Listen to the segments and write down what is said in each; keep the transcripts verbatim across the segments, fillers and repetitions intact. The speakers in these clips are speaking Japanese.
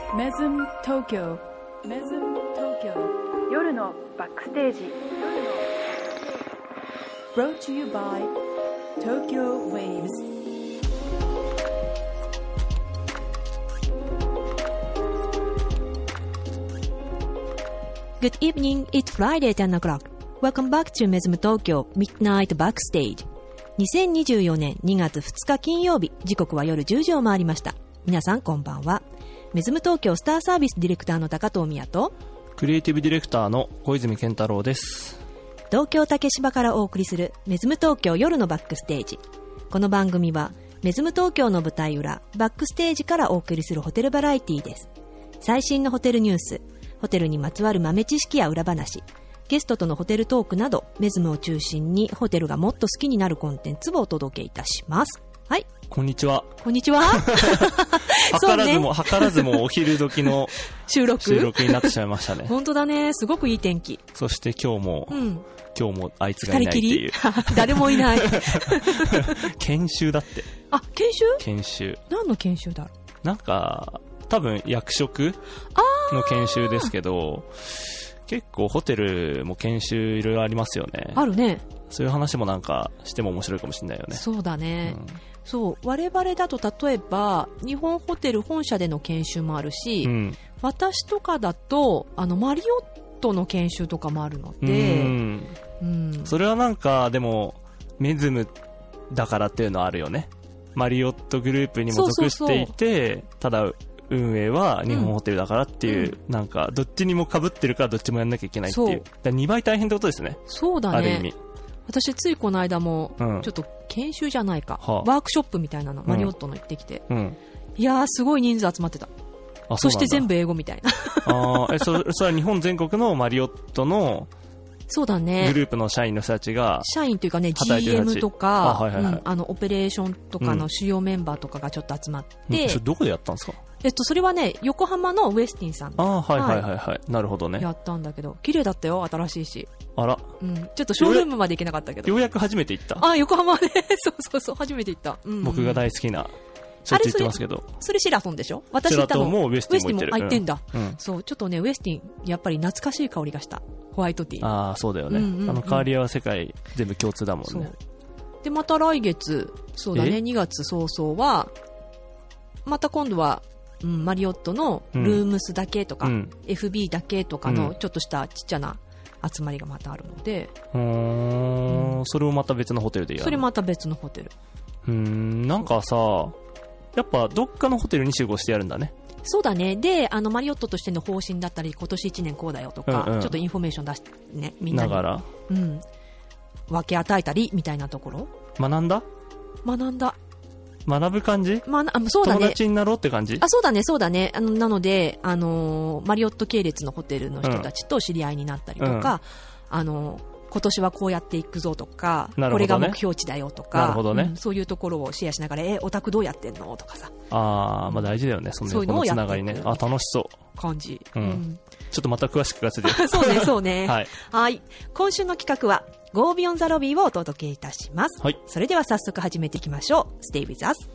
メズム東京メズム東京夜のバックステージ Brought to you by Tokyo Waves。 Good evening, it's Friday ten o'clock. Welcome back to メズム東京 Midnight Backstage。 にせんにじゅうよねんにがつふつか金曜日、時刻は夜じゅうじを回りました。皆さんこんばんは。メズム東京スターサービスディレクターの高藤美也とクリエイティブディレクターの小泉健太郎です。 東京竹芝からお送りするメズム東京夜のバックステージ。この番組はメズム東京の舞台裏バックステージからお送りするホテルバラエティです。最新のホテルニュース、ホテルにまつわる豆知識や裏話、ゲストとのホテルトークなど、メズムを中心にホテルがもっと好きになるコンテンツをお届けいたします。はい、 こんにちは。 こんにちは。 図らずも、図らずもお昼時の収録収録になってしまいましたね。 本当だね、すごくいい天気。 そして今日も、うん、今日もあいつがいないっていう。 誰もいない。 研修だって。 あ、研修？ 研修。 何の研修だろう。なんか多分役職の研修ですけど、結構ホテルも研修いろいろありますよね。 あるね。そういう話もなんかしても面白いかもしれないよね。 そうだね、うん、そう我々だと例えば日本ホテル本社での研修もあるし、うん、私とかだとあのマリオットの研修とかもあるので、うんうん、 それはなんかでもメズムだからっていうのはあるよね。マリオットグループにも属していて、そうそうそう、ただ運営は日本ホテルだからっていう、うん、なんかどっちにも被ってるからどっちもやんなきゃいけないっていう、だからにばい大変ってことですね。 そうだね、 ある意味。 私ついこの間もちょっと研修じゃないか、うん、ワークショップみたいなの、うん、マリオットの行ってきて、うん、いやーすごい人数集まってた。あ、 そ, そして全部英語みたいな。 あえ そ, それは日本全国のマリオットのそうだね、 グループの社員の人たちが、 社員というかね ジーエム とか、あ、はいはいはい、うん、あのオペレーションとかの主要メンバーとかがちょっと集まって、うん、 それどこでやったんですか？ えっと、それはね横浜のウエスティンさんで、 あ、はいはいはいはい、なるほどね、 やったんだけど綺麗だったよ、新しいし。 あら、 うん、ちょっとショールームまで行けなかったけど、 ようやく初めて行った。 あ、横浜ね。そうそうそう、初めて行った、うんうん、 僕が大好きな、しょっちゅう行ってますけど。 それシェラトンでしょ。私行ったのシェラトンもウエスティンも行ってる。 ウエスティンも行ってんだ、 うん、 そう、ちょっとねウエスティンやっぱり懐かしい香りがした。ホワイトティー。 ああ、そうだよね、うんうんうん、あの香りは世界全部共通だもんね。 でまた来月、そうだね、にがつ早々はまた今度は、うん、マリオットのルームスだけとか、うん、エフビー だけとかのちょっとしたちっちゃな集まりがまたあるので、 うーん、うん、それをまた別のホテルでやる。 それまた別のホテル。 うーん、なんかさ、やっぱどっかのホテルに集合してやるんだね。 そうだね。で、あのマリオットとしての方針だったり、今年いちねんこうだよとか、うんうん、ちょっとインフォメーション出してね、みんなにながら、 うん、分け与えたりみたいなところ。 学んだ学んだ学ぶ感じ、 まあ、そうだね、 友達になろうって感じ。 あ、そうだねそうだね。あのなので、あのー、マリオット系列のホテルの人たちと知り合いになったりとか、うん、あのー今年はこうやっていくぞとか、ね、これが目標値だよとか、なるほどね、うん、そういうところをシェアしながら、え、オタクどうやってんのとかさ。 あー、まあ大事だよね、その横のつながりね。あ、楽しそう感じ、 うんうん、ちょっとまた詳しく聞かせて。 そうねそうね、 はい、 はい。今週の企画は Go Beyond the Lobby をお届けいたします、はい、それでは早速始めていきましょう。 Stay with us。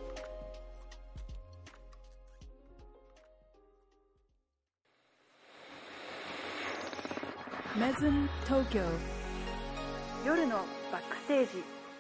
メズム東京夜のバックステ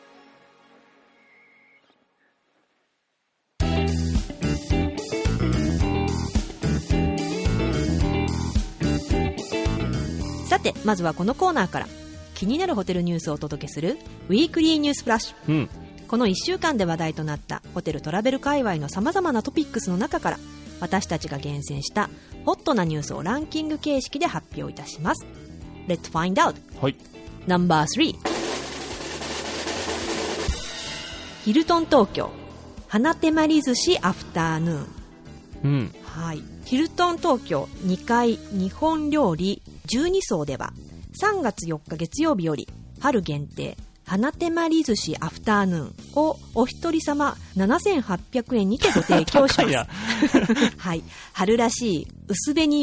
ージ。さてまずはこのコーナーから気になるホテルニュースをお届けするウィークリーニュースフラッシュ、うん、このいっしゅうかんで話題となったホテルトラベル界隈のさまざまなトピックスの中から私たちが厳選したホットなニュースをランキング形式で発表いたします。 Let's find out、 はい、 ナンバースリー、ヒルトン東京花手まり寿司アフターヌーン、 うん、 はい、ヒルトン東京にかい日本料理じゅうに層ではさんがつよっか月曜日より春限定花手まり寿司アフターヌーンをお一人様ななせんはっぴゃくえんにてご提供します。はい、春らしい薄紅色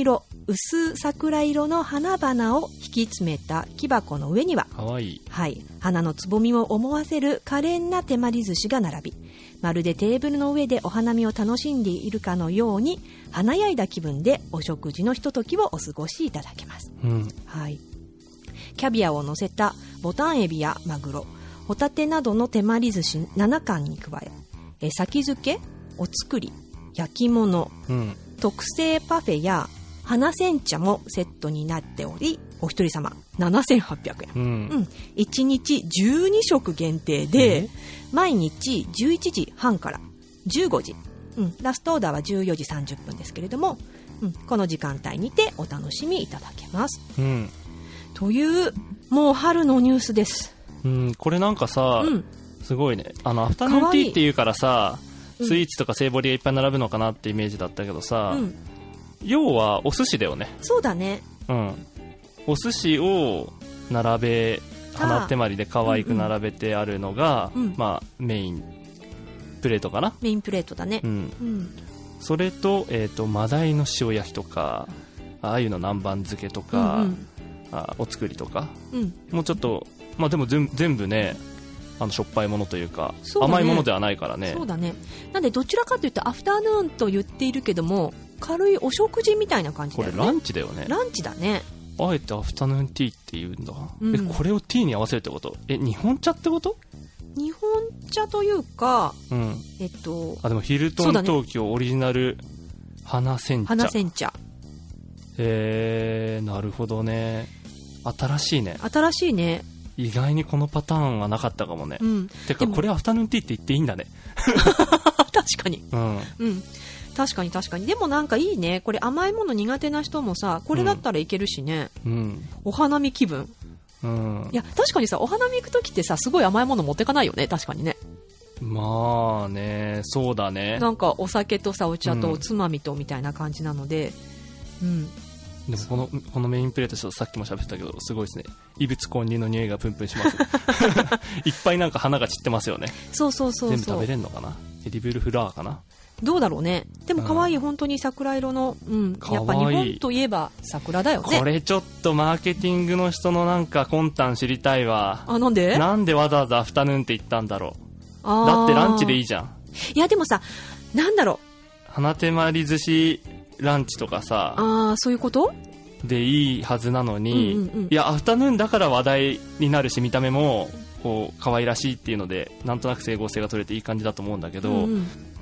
薄桜色の花々を引き詰めた木箱の上には、 かわいい。 はい、花のつぼみを思わせる可憐な手まり寿司が並び、まるでテーブルの上でお花見を楽しんでいるかのように華やいだ気分でお食事のひとときをお過ごしいただけます、 うん、 はい、キャビアを乗せたボタンエビやマグロ、ホタテなどの手まり寿司ななかんに加え、え先付け、お作り、焼き物、 うん、 特製パフェや花煎茶もセットになっており、お一人様ななせんはっぴゃくえん、うんうん、いちにちじゅうにしょく限定で、毎日じゅういちじはんからじゅうごじ、うん、ラストオーダーはじゅうよじさんじゅっぷんですけれども、うん、この時間帯にてお楽しみいただけます、うん、というもう春のニュースです、 うん、これなんかさ、うん、すごいね、あのアフタヌーンティーっていうからさ、スイーツとかセイボリがいっぱい並ぶのかなってイメージだったけどさ、うん、要はお寿司だよね。 そうだね、 うん、お寿司を並べ、花手まりで可愛く並べてあるのが、うんうん、まあ、メインプレートかな。 メインプレートだね、うんうん、 それと、えーと、マダイの塩焼きとか、ああいうの南蛮漬けとか、うんうん、あお作りとか、うん、もうちょっと、まあでも全部ね、あのしょっぱいものというか、ね、甘いものではないからね。 そうだね。なんでどちらかというとアフタヌーンと言っているけども、軽いお食事みたいな感じだよね。 これランチだよね。 ランチだね。 あえてアフタヌーンティーって言うんだ、うん、えこれをティーに合わせるってこと？え日本茶ってこと？ 日本茶というか、うん、えっとあでもヒルトン東京オリジナル花煎茶。 花煎茶。 へえー、なるほどね。新しいね。 新しいね。 意外にこのパターンはなかったかもね、うん、てかこれアフタヌーンティーって言っていいんだね確かに、うん、うん、確かに確かに。でもなんかいいね、これ甘いもの苦手な人もさ、これだったらいけるしね、うん、お花見気分、うん、いや確かにさ、お花見行くときってさ、すごい甘いもの持ってかないよね、確かにね。 まあね、そうだね。 なんかお酒とさ、お茶とおつまみとみたいな感じなので、うん、うんでもこの、このメインプレート、ちょっとさっきも喋ったけど、すごいですね。異物混入の匂いがプンプンしますいっぱいなんか花が散ってますよね。 そうそうそうそう。 全部食べれるのかな。エディブルフラワーかな。 どうだろうね。でも可愛い、うん、本当に桜色の、うん、やっぱ日本といえば桜だよね。 これちょっとマーケティングの人のなんか魂胆知りたいわ。 あ、なんで？ なんでわざわざアフタヌーンって言ったんだろう。あ、だってランチでいいじゃん。 いやでもさ、なんだろう。花手まり寿司ランチとかさ。 ああ、そういうこと？ でいいはずなのに、うんうんうん、いやアフタヌーンだから話題になるし、見た目もこう可愛らしいっていうのでなんとなく整合性が取れていい感じだと思うんだけど、うんうん、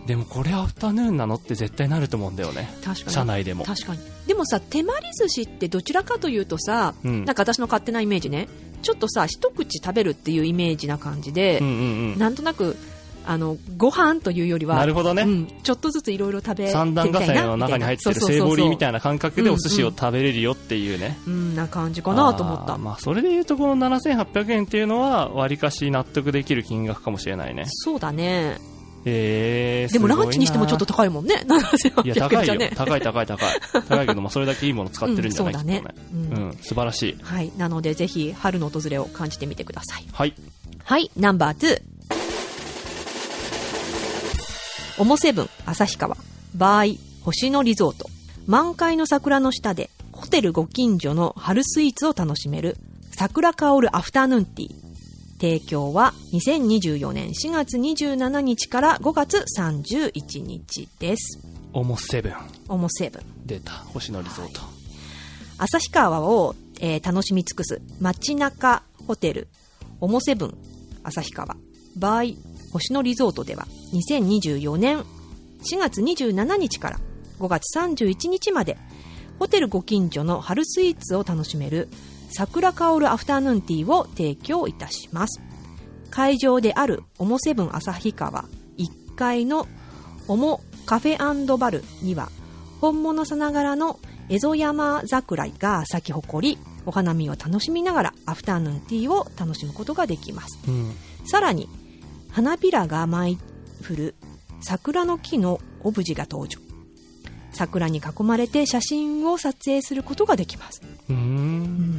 でもこれアフタヌーンなのって絶対なると思うんだよね。 確かに。 社内でも。 確かに。でもさ、手まり寿司ってどちらかというとさ、うん、なんか私の勝手なイメージね、ちょっとさ一口食べるっていうイメージな感じで、うんうんうん、なんとなくあのご飯というよりは、 なるほどね、 うん、ちょっとずついろいろ食べてみたいな、 三段重ねの中に入ってるセイボリーみたいな感覚でお寿司を食べれるよっていうね、 うんうん、な感じかなと思った。 あ、まあ、それでいうとこのななせんはっぴゃくえんっていうのはわりかし納得できる金額かもしれないね。 そうだね。 えー、 でもランチにしてもちょっと高いもんね。ななせんはっぴゃくえんじゃね。 いや高いよ、高い高い高い高いけど、まあそれだけいいもの使ってるんじゃない、うん、そうだね、うん、うん、素晴らしい。 はい、なのでぜひ春の訪れを感じてみてください。 はいはい、ナンバーツー、オモセブン旭川バーイ星野リゾート。満開の桜の下でホテルご近所の春スイーツを楽しめる桜香るアフタヌーンティー。提供はにせんにじゅうよねんしがつにじゅうしちにちからごがつさんじゅういちにちです。 オモセブン。 オモセブン。 出た。星野リゾート。 旭川を、えー、楽しみ尽くす街中ホテルオモセブン旭川バーイ星野リゾートではにせんにじゅうよねんしがつにじゅうしちにちからごがつさんじゅういちにちまでホテルご近所の春スイーツを楽しめる桜香るアフタヌーンティーを提供いたします。会場であるオモセブン旭川いっかいのオモカフェ&バルには本物さながらのエゾヤマ桜が咲き誇り、お花見を楽しみながらアフタヌーンティーを楽しむことができます、うん、さらに花びらが舞い降る桜の木のオブジェが登場。桜に囲まれて写真を撮影することができます。うーん、うん、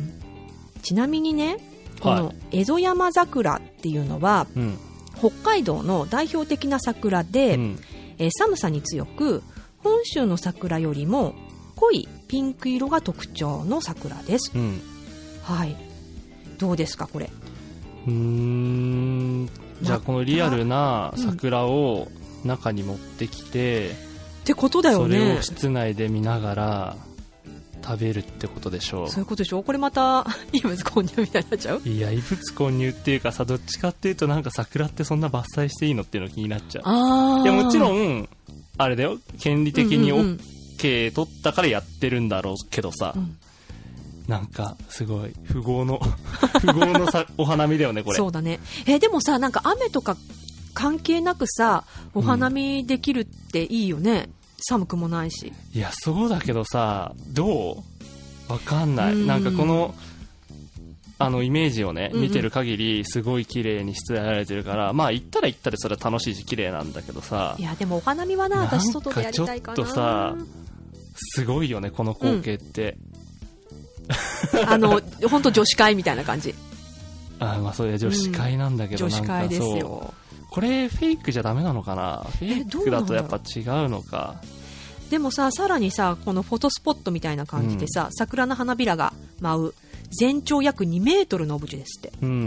ちなみにね、このエゾヤマ桜っていうのは、はい、北海道の代表的な桜で、うん、えー、寒さに強く本州の桜よりも濃いピンク色が特徴の桜です、 うん、 はい。どうですかこれ。 うーん、じゃあこのリアルな桜を中に持ってきて、うん、 ってことだよね。 それを室内で見ながら食べるってことでしょう。 そういうことでしょ。これまた異物混入みたいになっちゃう。 いや異物混入っていうかさ、どっちかっていうとなんか桜ってそんな伐採していいのっていうの気になっちゃう。 あ、 いやもちろんあれだよ、権利的に OK 取ったからやってるんだろうけどさ、うんうん、なんかすごい富豪の富豪のさお花見だよねこれ。 そうだね。えでもさ、なんか雨とか関係なくさお花見できるっていいよね、うん、寒くもないし。 いやそうだけどさ、どうわかんない、うん、なんかこのあのイメージをね、うんうん、見てる限りすごい綺麗にしつらえられてるから、まあ行ったら行ったでそれは楽しいし綺麗なんだけどさ。 いやでもお花見はな、私外でやりたいかな。 なんかちょっとさすごいよねこの光景って、 うん、あの本当女子会みたいな感じ。 あ、まあそれ女子会なんだけど、うん、なんかそう、女子会ですよ。これフェイクじゃダメなのかな。フェイクだとやっぱ違うのか。 でもさ、さらにさ、このフォトスポットみたいな感じでさ、うん、桜の花びらが舞う全長約にメートルのオブジェですって、うんうん、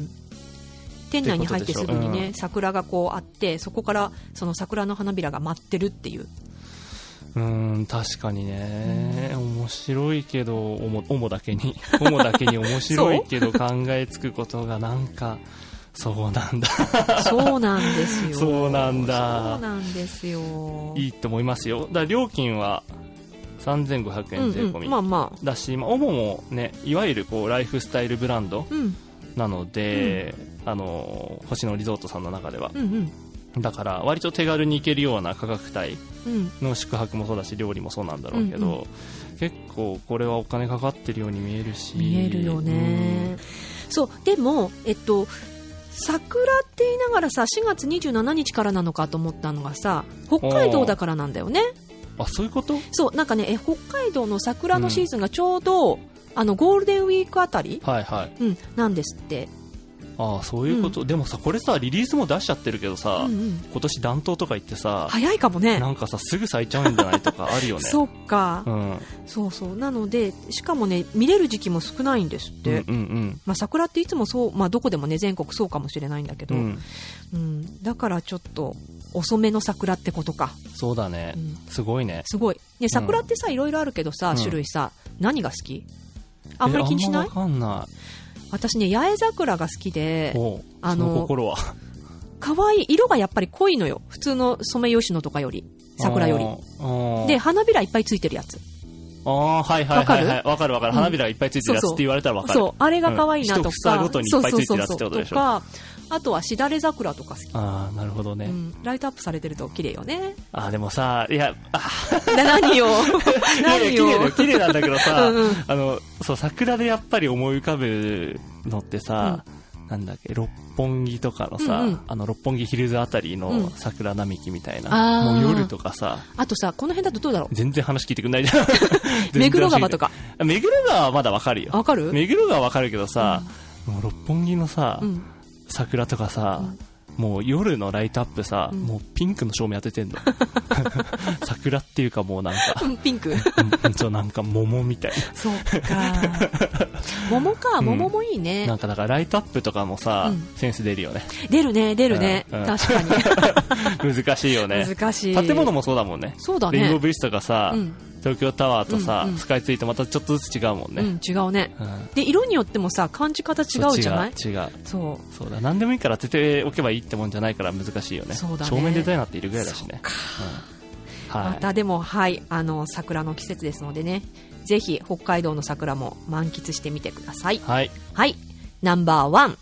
店内に入ってすぐにね、うん、桜がこうあって、そこからその桜の花びらが舞ってるっていう。 うーん、確かにね、うん、面白いけどおも、おもだけにおもだけに面白いけど考えつくことがなんかそうなんだそうなんですよ。 そうなんだ。 そうなんですよ。 いいと思いますよ。だから料金はさんぜんごひゃくえん税込み、うんうん、まあまあだし、まあ、オモもね、いわゆるこうライフスタイルブランドなので、うん、あの星野リゾートさんの中では、うんうん、だから割と手軽に行けるような価格帯の宿泊もそうだし料理もそうなんだろうけど、うんうん、結構これはお金かかってるように見えるし。 見えるよね、うん、そうでもえっと桜って言いながらさ、しがつにじゅうしちにちからなのかと思ったのがさ、北海道だからなんだよね。 あ、そういうこと？ そうなんかね、え北海道の桜のシーズンがちょうど、うん、あのゴールデンウィークあたり、 はいはい、 うん、なんですって。 ああ、そういうこと、うん、でもさこれさリリースも出しちゃってるけどさ、うんうん、今年暖冬とか言ってさ早いかもね。 なんかさすぐ咲いちゃうんじゃないとかあるよねそっか、うん、そうそうなので、しかもね見れる時期も少ないんですって、うんうんうん、まあ、桜っていつもそう、まあ、どこでもね全国そうかもしれないんだけど、うんうん、だからちょっと遅めの桜ってことか。 そうだね、うん、すごいね。 すごいね。桜ってさ、うん、いろいろあるけどさ、種類さ、何が好き？あんまり気にしない？ あんまわかんない。 私ね、八重桜が好きで、 あのその心は可愛い色がやっぱり濃いのよ。普通のソメイヨシノとかより、桜より。で、花びらいっぱいついてるやつ。 ああ、はいはいはいはい。わかるわかる。花びらいっぱいついてるやつって言われたらわかる。 そうそう、あれが可愛いなとか。 一房ごとにいっぱいついてるやつってことでしょ。 とか、あとはしだれ桜とか好き。 ああ、なるほどね、 うん。ライトアップされてると綺麗よね。 ああ、でもさ、いや、あ何よ。何よ。 綺麗だよ、綺麗なんだけどさ、うんうん、あの、そう、桜でやっぱり思い浮かぶのってさ、うん、なんだっけ、六本木とかのさ、うんうん、あの六本木ヒルズあたりの桜並木みたいな、うん、もう夜とかさ、 あとさ、この辺だとどうだろう。 全然話聞いてくんないじゃん目黒川とか。 目黒川はまだわかるよ。 わかる？ 目黒川わかるけどさ、うん、もう六本木のさ、うん、桜とかさ、うん、もう夜のライトアップさ、うん、もうピンクの照明当ててんの桜っていうかもうなんかピンクそう、なんか桃みたいな。 そうか桃か、桃もいいね、 うん、なんかだからライトアップとかもさ、うん、センス出るよね。 出るね出るね、うん、確かに難しいよね。 難しい。 建物もそうだもんね。 そうだね。 レインボーブリッジとかさ、うん、東京タワーとさ、うんうん、スカイツリーとまたちょっとずつ違うもんね、うん、 違うね、うん、で色によってもさ感じ方違うじゃない。 違う違う。 そうそうだ、何でもいいから当てておけばいいってもんじゃないから難しいよね。 そうだね。 正面デザイナーっているぐらいだしね。 うん、はい、またでも、はい、あの桜の季節ですのでね、ぜひ北海道の桜も満喫してみてください。 はい、 はい、ナンバーワン、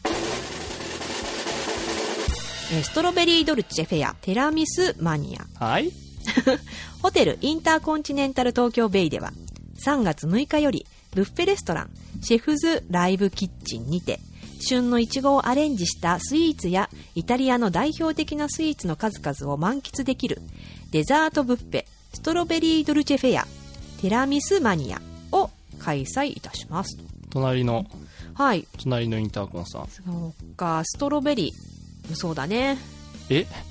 ストロベリードルチェフェアティラミスマニア。 はいホテルインターコンチネンタル東京ベイではさんがつむいかよりブッフェレストランシェフズライブキッチンにて旬のいちごをアレンジしたスイーツやイタリアの代表的なスイーツの数々を満喫できるデザートブッフェストロベリードルチェフェアティラミスマニアを開催いたします。 隣の、 はい、 隣のインターコンさん。 そうか、ストロベリー、そうだね。 え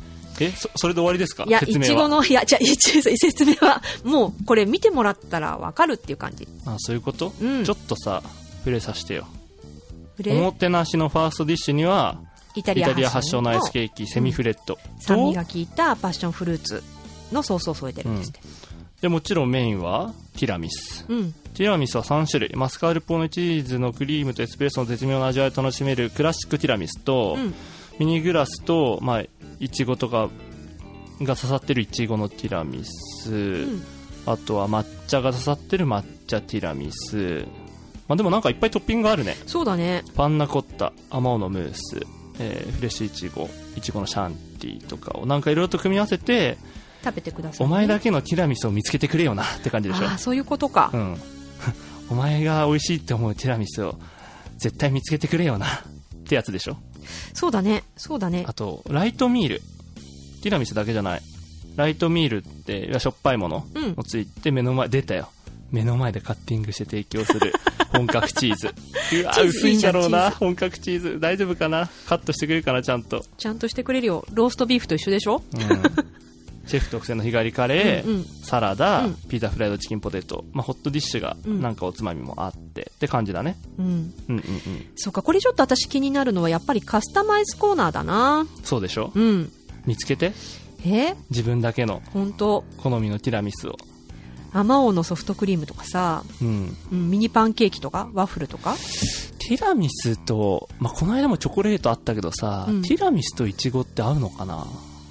え、そ、それで終わりですか？ いや、 説明は。 いちごの、いや、じゃあ、いち説明は、もう、これ見てもらったらわかるっていう感じ。 あ、そういうこと、 うん、 ちょっとさ、プレイさせてよ。 プレイおもてなしのファーストディッシュには、 イタリア発祥のアイスケーキ、 セミフレット、 うん、酸味が効いたパッションフルーツのソースを添えてるんですね、 うん、でもちろんメインはティラミス、 うん、 ティラミスはさん種類、マスカルポーネチーズのクリームとエスプレッソの絶妙な味わいを楽しめるクラシックティラミスと、うん、ミニグラスと、まあ、いちごとかが刺さってるいちごのティラミス、うん、あとは抹茶が刺さってる抹茶ティラミス、まあ、でもなんかいっぱいトッピングがあるね。 そうだね。 パンナコッタ、アマオのムース、えー、フレッシュイチゴ、イチゴのシャンティとかをなんかいろいろと組み合わせて食べてください、ね、 お前だけのティラミスを見つけてくれよなって感じでしょ。 ああ、そういうことか、 うん、お前が美味しいって思うティラミスを絶対見つけてくれよなってやつでしょ。 そうだね、そうだね。 あとライトミール、ティラミスだけじゃない、ライトミールってしょっぱいものをついて目の前、出たよ、目の前でカッティングして提供する本格チーズうわ薄いんだろうな、本格チーズ大丈夫かな、カットしてくれるかな、ちゃんとちゃんとしてくれるよ。ローストビーフと一緒でしょ、うん、 シェフ特製の日替わりカレー、うんうん、サラダ、うん、ピザ、フライドチキン、ポテト、まあ、ホットディッシュがなんかおつまみもあって、うん、って感じだね、うん、うんうんうんそうか。これちょっと私気になるのはやっぱりカスタマイズコーナーだな。 そうでしょ、 うん、 見つけて、 え自分だけの本当好みのティラミスを。 アマオのソフトクリームとかさ、うんうん、ミニパンケーキとかワッフルとか。 ティラミスと、まあ、この間もチョコレートあったけどさ、うん、ティラミスとイチゴって合うのかな。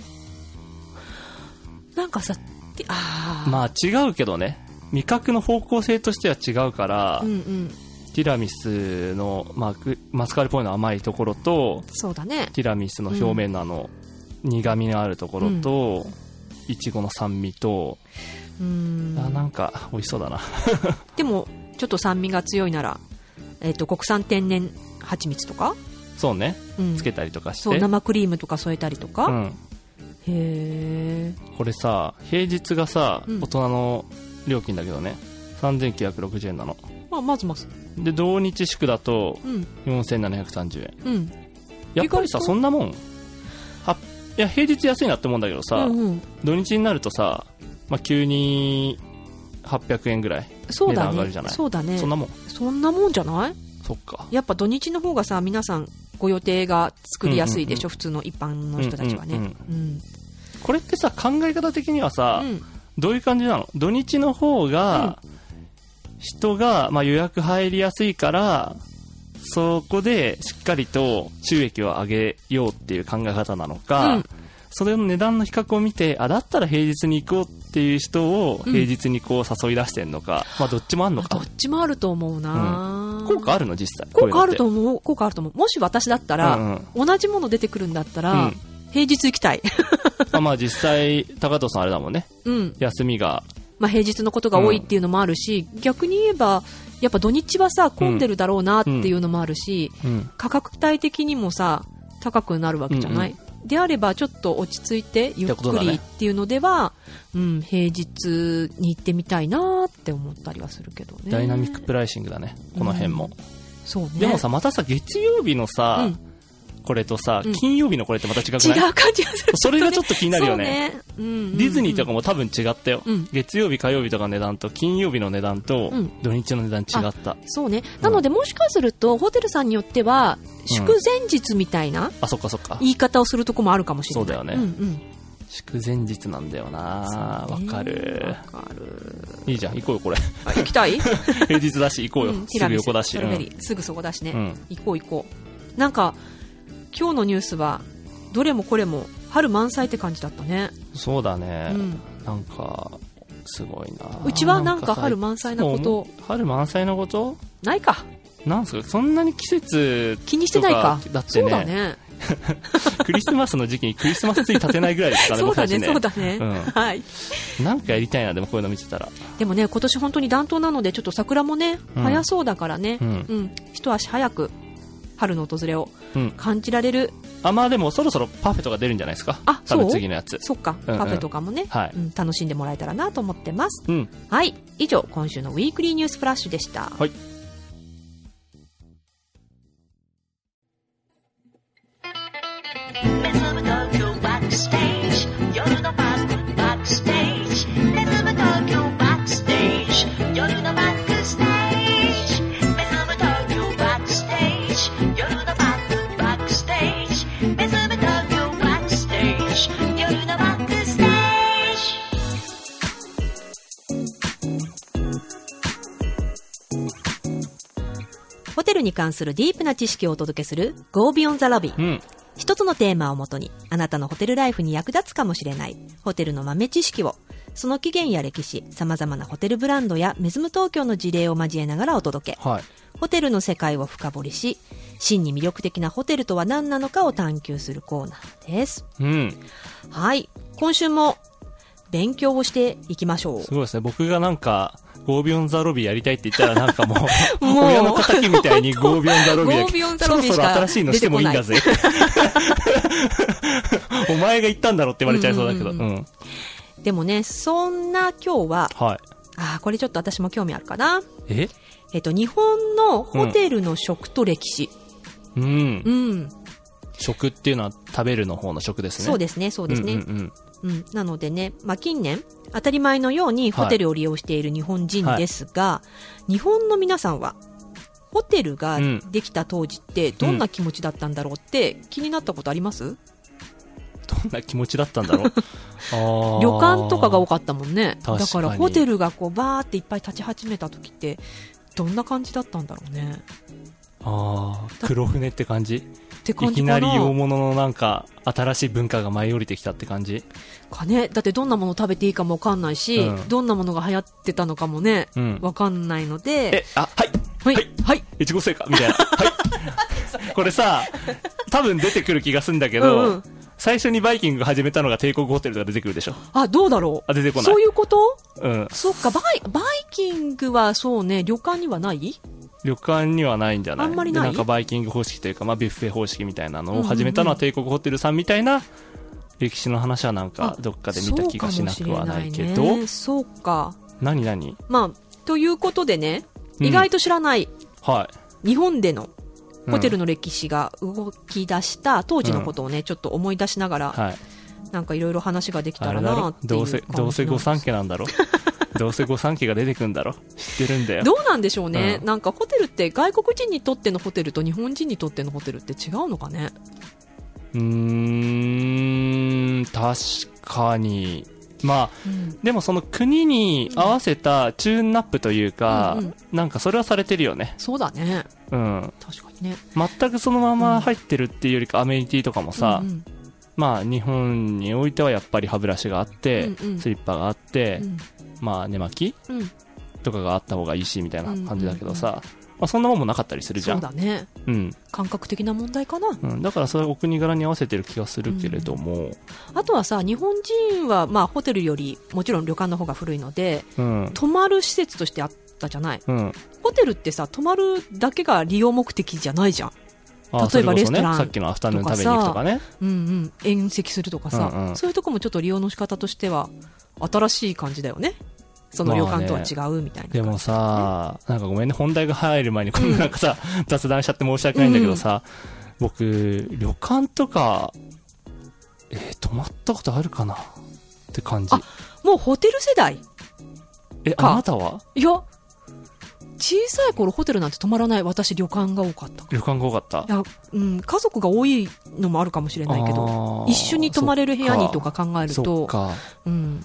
なんかさ、あまあ違うけどね、味覚の方向性としては違うから、うんうん、ティラミスの、まあ、マスカルポーネの甘いところと、 そうだね、 ティラミスの表面のあの、うん、苦みのあるところと、いちごの酸味と、うーん、あ、なんか美味しそうだなでもちょっと酸味が強いなら、えー、と国産天然蜂蜜とか、 そうね、うん、つけたりとかして、 そう生クリームとか添えたりとか、うん、へえ。これさ、平日がさ、うん、大人の料金だけどね、さんぜんきゅうひゃくろくじゅうえんなの。 まあ、まずまずで土日祝だとよんせんななひゃくさんじゅうえん、うん、やっぱりさ、そんなもんはいや平日安いなって思うんだけどさ、うんうん、土日になるとさ、まあ、急にはっぴゃくえんぐらい値段上がるじゃない。 そうだね、 そんなもんそんなもんじゃない。 そっか。やっぱ土日の方がさ、皆さんご予定が作りやすいでしょ、うんうんうん、普通の一般の人たちはね、うんうんうんうん、 これってさ、考え方的にはさ、うん、どういう感じなの。土日の方が人が、まあ、予約入りやすいから、そこでしっかりと収益を上げようっていう考え方なのか、うん、それの値段の比較を見て、あ、だったら平日に行こうっていう人を平日にこう誘い出してんのか、うん、まあどっちもあるのか。 どっちもあると思うな、 うん、効果あるの実際。 効果あると思う。効果あると思う。もし私だったら、うんうん、同じもの出てくるんだったら、うん、平日行きたいあ、まあ実際高藤さんあれだもんね、うん、休みが、 まあ、平日のことが多いっていうのもあるし、うん、逆に言えばやっぱ土日はさ混んでるだろうなっていうのもあるし、うんうん、価格帯的にもさ高くなるわけじゃない、うんうん、であればちょっと落ち着いてゆっくりっていうのでは、ね、うん、平日に行ってみたいなって思ったりはするけどね。 ダイナミックプライシングだね、この辺も、うん、 そうね。 でもさ、またさ月曜日のさ、うんこれとさ、金曜日のこれってまた違くない？ 違う感じがする、ね、 それがちょっと気になるよね。 ね、うんうんうん、 ディズニーとかも多分違ったよ、うん、月曜日火曜日とかの値段と金曜日の値段と土日の値段違った、うん、 そうね。なのでもしかするとホテルさんによっては祝前日みたいな言い方をするとこもあるかもしれない。 そうだよね、うんうん、祝前日なんだよな。わかるわかる。 いいじゃん、行こうよこれ。 行きたい平日だし行こうよ、うん、すぐ横だし、 うん、すぐそこだしね、うん、行こう行こう。なんか今日のニュースはどれもこれも春満載って感じだったね。 そうだね、うん、なんかすごいな。 うちはなんか春満載なこと春満載なことないか。 なんすかそんなに季節気にしてないか。 だってね、そうだねクリスマスの時期にクリスマスツリー立てないぐらいですからね。 そうだね、そうだね、うん、はい。 なんかやりたいな、でもこういうの見てたら。 でもね、今年本当に暖冬なのでちょっと桜もね、うん、早そうだからね、うんうん、一足早く春の訪れを感じられる、 うん、あ、まあでもそろそろパフェとか出るんじゃないですか。あ、多分次のやつ。 そっか、うんうん、パフェとかもね、はい、うん、楽しんでもらえたらなと思ってます、うん、はい。以上今週のウィークリーニュースフラッシュでした。はい。メズム東京バックステージルに関するディープな知識をお届けする Go Beyond the Lobby、 うん、 一つのテーマをもとにあなたのホテルライフに役立つかもしれないホテルの豆知識を、その起源や歴史、様々なホテルブランドやメズム東京の事例を交えながらお届け、 はい、 ホテルの世界を深掘りし、真に魅力的なホテルとは何なのかを探求するコーナーです、 うん、 はい、今週も勉強をしていきましょう。 すごいですね。僕がなんかゴービョンザロビーやりたいって言ったらなんかもうもう親の敵みたいにゴービョンザロビーゴービョンザロビーしかそろそろ新しいのしてもいいんだぜお前が言ったんだろって言われちゃいそうだけど、うんうんうん、 でもね、そんな今日は、 はい、 あ、これちょっと私も興味あるかな。 ええっと日本のホテルの食と歴史、 うん、うんうん、 食っていうのは食べるの方の食ですね。 そうですね、そうですね、 うんうんうん、 うん、なのでね、まあ、近年当たり前のようにホテルを利用している日本人ですが、はい、日本の皆さんはホテルができた当時ってどんな気持ちだったんだろうって気になったことあります？うん、 どんな気持ちだったんだろうあ旅館とかが多かったもんね。 確かに。 だからホテルがこうバーっていっぱい立ち始めた時ってどんな感じだったんだろうね。 ああ、黒船って感じって感じかな。 いきなり大物のなんか新しい文化が舞い降りてきたって感じかね。だってどんなもの食べていいかもわかんないし、うん、どんなものが流行ってたのかもね、うん、わかんないので、 え、あ、はいはいはい、はい、 いちご製菓みたいなはいこれさ、多分出てくる気がするんだけど、うんうん、最初にバイキングが始めたのが帝国ホテルとか出てくるでしょ。 あ、どうだろう。 あ、出てこない。 そういうこと？ うん。 そっか、バイ、バイキングはそうね、旅館にはない？ 旅館にはないんじゃない？ あんまりない。 でなんかバイキング方式というか、まあ、ビュッフェ方式みたいなのを始めたのは帝国ホテルさんみたいな歴史の話はなんかどっかで見た気がしなくはないけど。 そうかもしれないね。そうか。 何何？ まあ、ということでね、意外と知らない、 うん、はい、 日本でのホテルの歴史が動き出した当時のことをね、うん、ちょっと思い出しながら、はい、なんかいろいろ話ができたらなっていうどうせどうせ御三家なんだろどうせ御三家が出てくんだろ、知ってるんだよ。 どうなんでしょうね、うん、なんかホテルって外国人にとってのホテルと日本人にとってのホテルって違うのかね。 うーん、確かに。まあ、うん、でもその国に合わせたチューンナップというか、うんうん、なんかそれはされてるよね。 そうだね、 うん、 確かにね。 全くそのまま入ってるっていうよりか、アメニティとかもさ、うんうん、まあ日本においてはやっぱり歯ブラシがあって、うんうん、スリッパがあって、うん、まあ寝巻き、うん、とかがあった方がいいしみたいな感じだけどさ、うんうんうん、まあ、そんなもんもなかったりするじゃん。 そうだね、 うん、 感覚的な問題かな、 うん、だからそれはお国柄に合わせてる気がするけれども、うん、 あとはさ、日本人はまあホテルよりもちろん旅館の方が古いので、 うん、 泊まる施設としてあったじゃない、 うん、 ホテルってさ、泊まるだけが利用目的じゃないじゃん。 ああ、 例えばレストランとかさ、 さっきのアフタヌーン食べに行くとかね、 うんうん、宴席するとかさ、うんうん、そういうとこもちょっと利用の仕方としては新しい感じだよね。その旅館とは違うみたいな、ね、 でもさ、なんかごめんね、本題が入る前にこんななんかさ、うん、雑談しちゃって申し訳ないんだけどさ、うん、僕旅館とか、えー、泊まったことあるかなって感じ。 あ、もうホテル世代。 え、あなたは？ いや、小さい頃ホテルなんて泊まらない。私旅館が多かった。 旅館が多かった。 いや、うん、家族が多いのもあるかもしれないけど、一緒に泊まれる部屋にとか考えると、 そっか、 うん、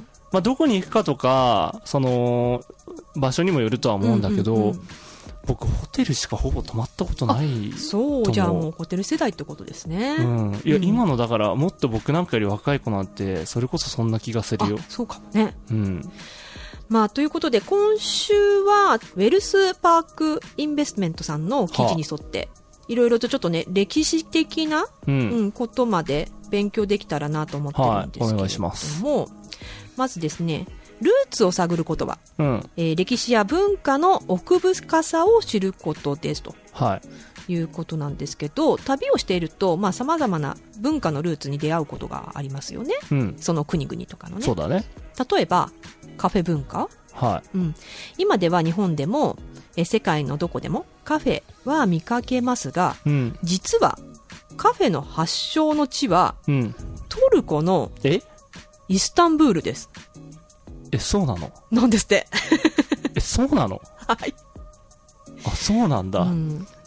まあ、どこに行くかとかその場所にもよるとは思うんだけど、うんうんうん、僕ホテルしかほぼ泊まったことないと。 そうじゃあもうホテル世代ってことですね、 うん、いや、うん、今のだからもっと僕なんかより若い子なんてそれこそそんな気がするよ。 そうかもね、 うん、 まあ、ということで今週はウェルスパークインベストメントさんの記事に沿っていろいろとちょっとね歴史的な、うんうん、ことまで勉強できたらなと思ってるんですけれども、はい、お願いします。まずですね、ルーツを探ることは、うん、えー、歴史や文化の奥深さを知ることですと、はい、いうことなんですけど、旅をしているとさまざまな文化のルーツに出会うことがありますよね、うん、その国々とかのね。 そうだね。 例えばカフェ文化、 はい、 うん、今では日本でもえ世界のどこでもカフェは見かけますが、うん、実はカフェの発祥の地は、うん、トルコのえイスタンブールです。 え、そうなの？ なんですって。 え、そうなの？ はい。 あ、そうなんだ、 うん、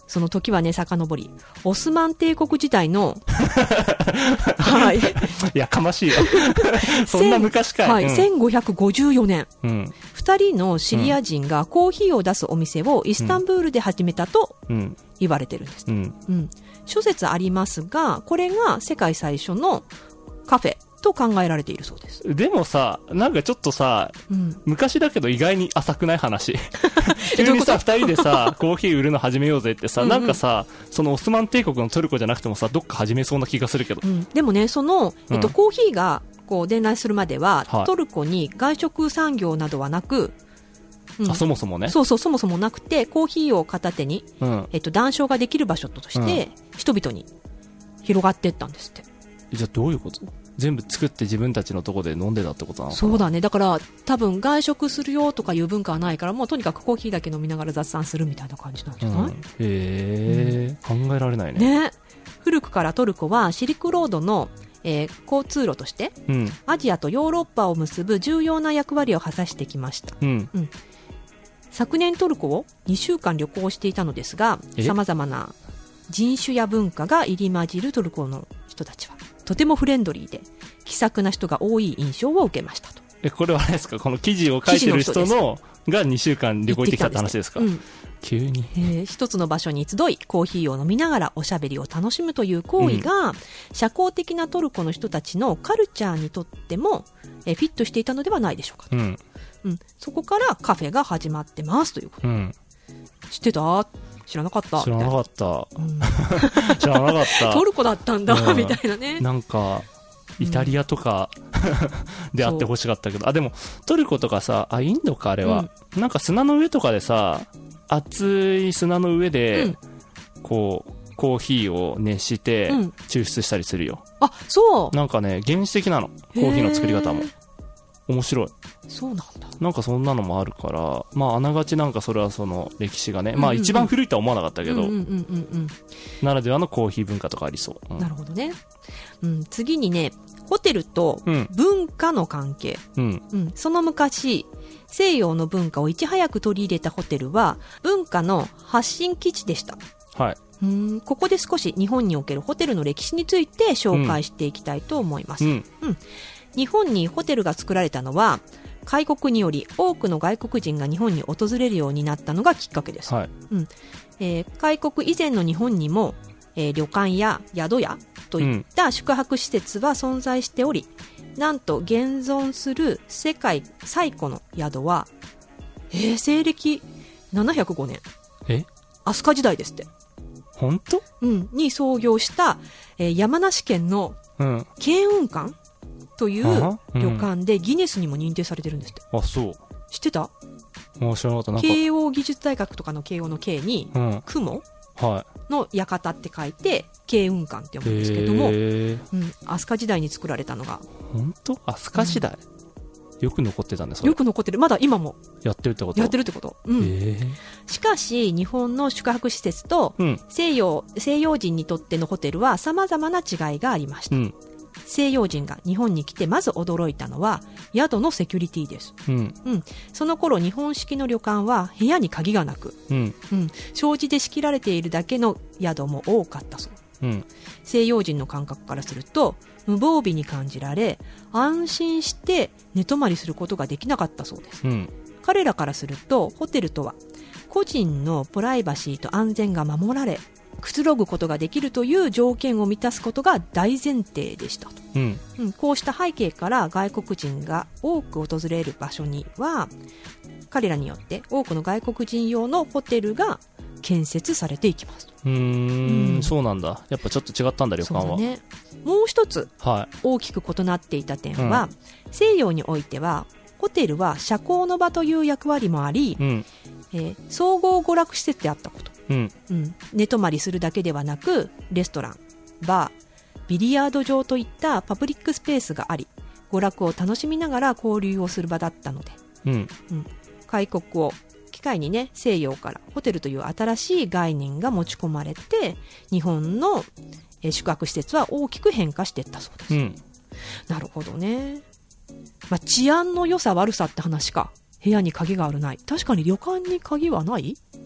その時はね、遡り、オスマン帝国時代の、はい。いやかましいよ。そんな昔かい。 はい、うん、せんごひゃくごじゅうよねん。 うん。 二人のシリア人がコーヒーを出すお店をイスタンブールで始めたと言われてるんです。うん。うん。諸説ありますが、これが世界最初のカフェと考えられているそうです。 でもさ、なんかちょっとさ、うん、昔だけど意外に浅くない話。急にさ、二人でさ、コーヒー売るの始めようぜってさ、うんうん、なんかさ、そのオスマン帝国のトルコじゃなくてもさ、どっか始めそうな気がするけど。 うん、でもね、その、えっと、うん、コーヒーがこう伝来するまでは、はい、トルコに外食産業などはなく、 うん、あ、そもそもね。 そうそう、そもそもなくて、コーヒーを片手に、うん、えっと、談笑ができる場所として、うん、人々に広がっていったんですって。 じゃあどういうこと？全部作って自分たちのとこで飲んでたってことなのかな。 そうだね。だから多分外食するよとかいう文化はないから、もうとにかくコーヒーだけ飲みながら雑談するみたいな感じなんじゃない？うん、へえ、うん、考えられないね。 ね。古くからトルコはシルクロードの、えー、交通路として、うん、アジアとヨーロッパを結ぶ重要な役割を果たしてきました。うんうん、昨年トルコをにしゅうかん旅行していたのですが、様々な人種や文化が入り混じるトルコの人たちはとてもフレンドリーで気さくな人が多い印象を受けましたと。 え、これはあれですか、この記事を書いてる人のがにしゅうかん旅行行ってきたって話ですか？うん、急に、 えー、一つの場所に集いコーヒーを飲みながらおしゃべりを楽しむという行為が、うん、社交的なトルコの人たちのカルチャーにとっても、えー、フィットしていたのではないでしょうかと、うんうん、そこからカフェが始まってますということ、うん、知ってた？知らなかった。 知らなかった。うん、知らなかった。 トルコだったんだ、うん、みたいなね。 なんか、イタリアとか、うん、であってほしかったけど、あ、でも、トルコとかさ、あ、インドか、あれは。うん、なんか砂の上とかでさ、熱い砂の上で、うん、こう、コーヒーを熱して、抽出したりするよ。 あ、そう。 なんかね、原始的なの。コーヒーの作り方も。面白い。 そうなんだ。 なんかそんなのもあるから、まああながちなんかそれはその歴史がね、うんうんうん、まあ一番古いとは思わなかったけど、うんうんうんうん、ならではのコーヒー文化とかありそう。うん、 なるほどね。うん、次にね、ホテルと文化の関係。うんうん、その昔、西洋の文化をいち早く取り入れたホテルは文化の発信基地でした。はい。うん、ここで少し日本におけるホテルの歴史について紹介していきたいと思います。うんうん、日本にホテルが作られたのは開国により多くの外国人が日本に訪れるようになったのがきっかけです。はい。うん、えー、開国以前の日本にも、えー、旅館や宿屋といった宿泊施設は存在しており、うん、なんと現存する世界最古の宿は、えー、西暦ななひゃくごねん、え飛鳥時代ですって。 本当？ うん、に創業した、えー、山梨県の慶雲館という旅館でギネスにも認定されてるんですって。 あ、そう。 知ってた？ あ、知らなかった。なんか慶応義術大学とかの慶応の慶に、うん、雲の館って書いて慶雲館って読むんですけども、うん、飛鳥時代に作られたのが。 本当？飛鳥時代、うん、よく残ってたんですか？ よく残ってる。まだ今もやってるってこと？ やってるってこと。うん、しかし日本の宿泊施設と西洋、うん、西洋人にとってのホテルは様々な違いがありました。うん、西洋人が日本に来てまず驚いたのは宿のセキュリティです。うんうん、その頃日本式の旅館は部屋に鍵がなく、うんうん、障子で仕切られているだけの宿も多かったそう。うん、西洋人の感覚からすると無防備に感じられ安心して寝泊まりすることができなかったそうです。うん、彼らからするとホテルとは個人のプライバシーと安全が守られくつろぐことができるという条件を満たすことが大前提でしたと。うんうん、こうした背景から外国人が多く訪れる場所には彼らによって多くの外国人用のホテルが建設されていきます。 うーん、うん、そうなんだ。やっぱちょっと違ったんだ旅館は。そうだね。 もう一つ、はい、大きく異なっていた点は、うん、西洋においてはホテルは社交の場という役割もあり、うん、えー、総合娯楽施設であったこと、うんうん、寝泊まりするだけではなくレストラン、バー、ビリヤード場といったパブリックスペースがあり娯楽を楽しみながら交流をする場だったので、うんうん、開国を機会にね西洋からホテルという新しい概念が持ち込まれて日本の、えー、宿泊施設は大きく変化していったそうです。うん、なるほどね。まあ、治安の良さ悪さって話か。部屋に鍵があるない。確かに旅館に鍵はない？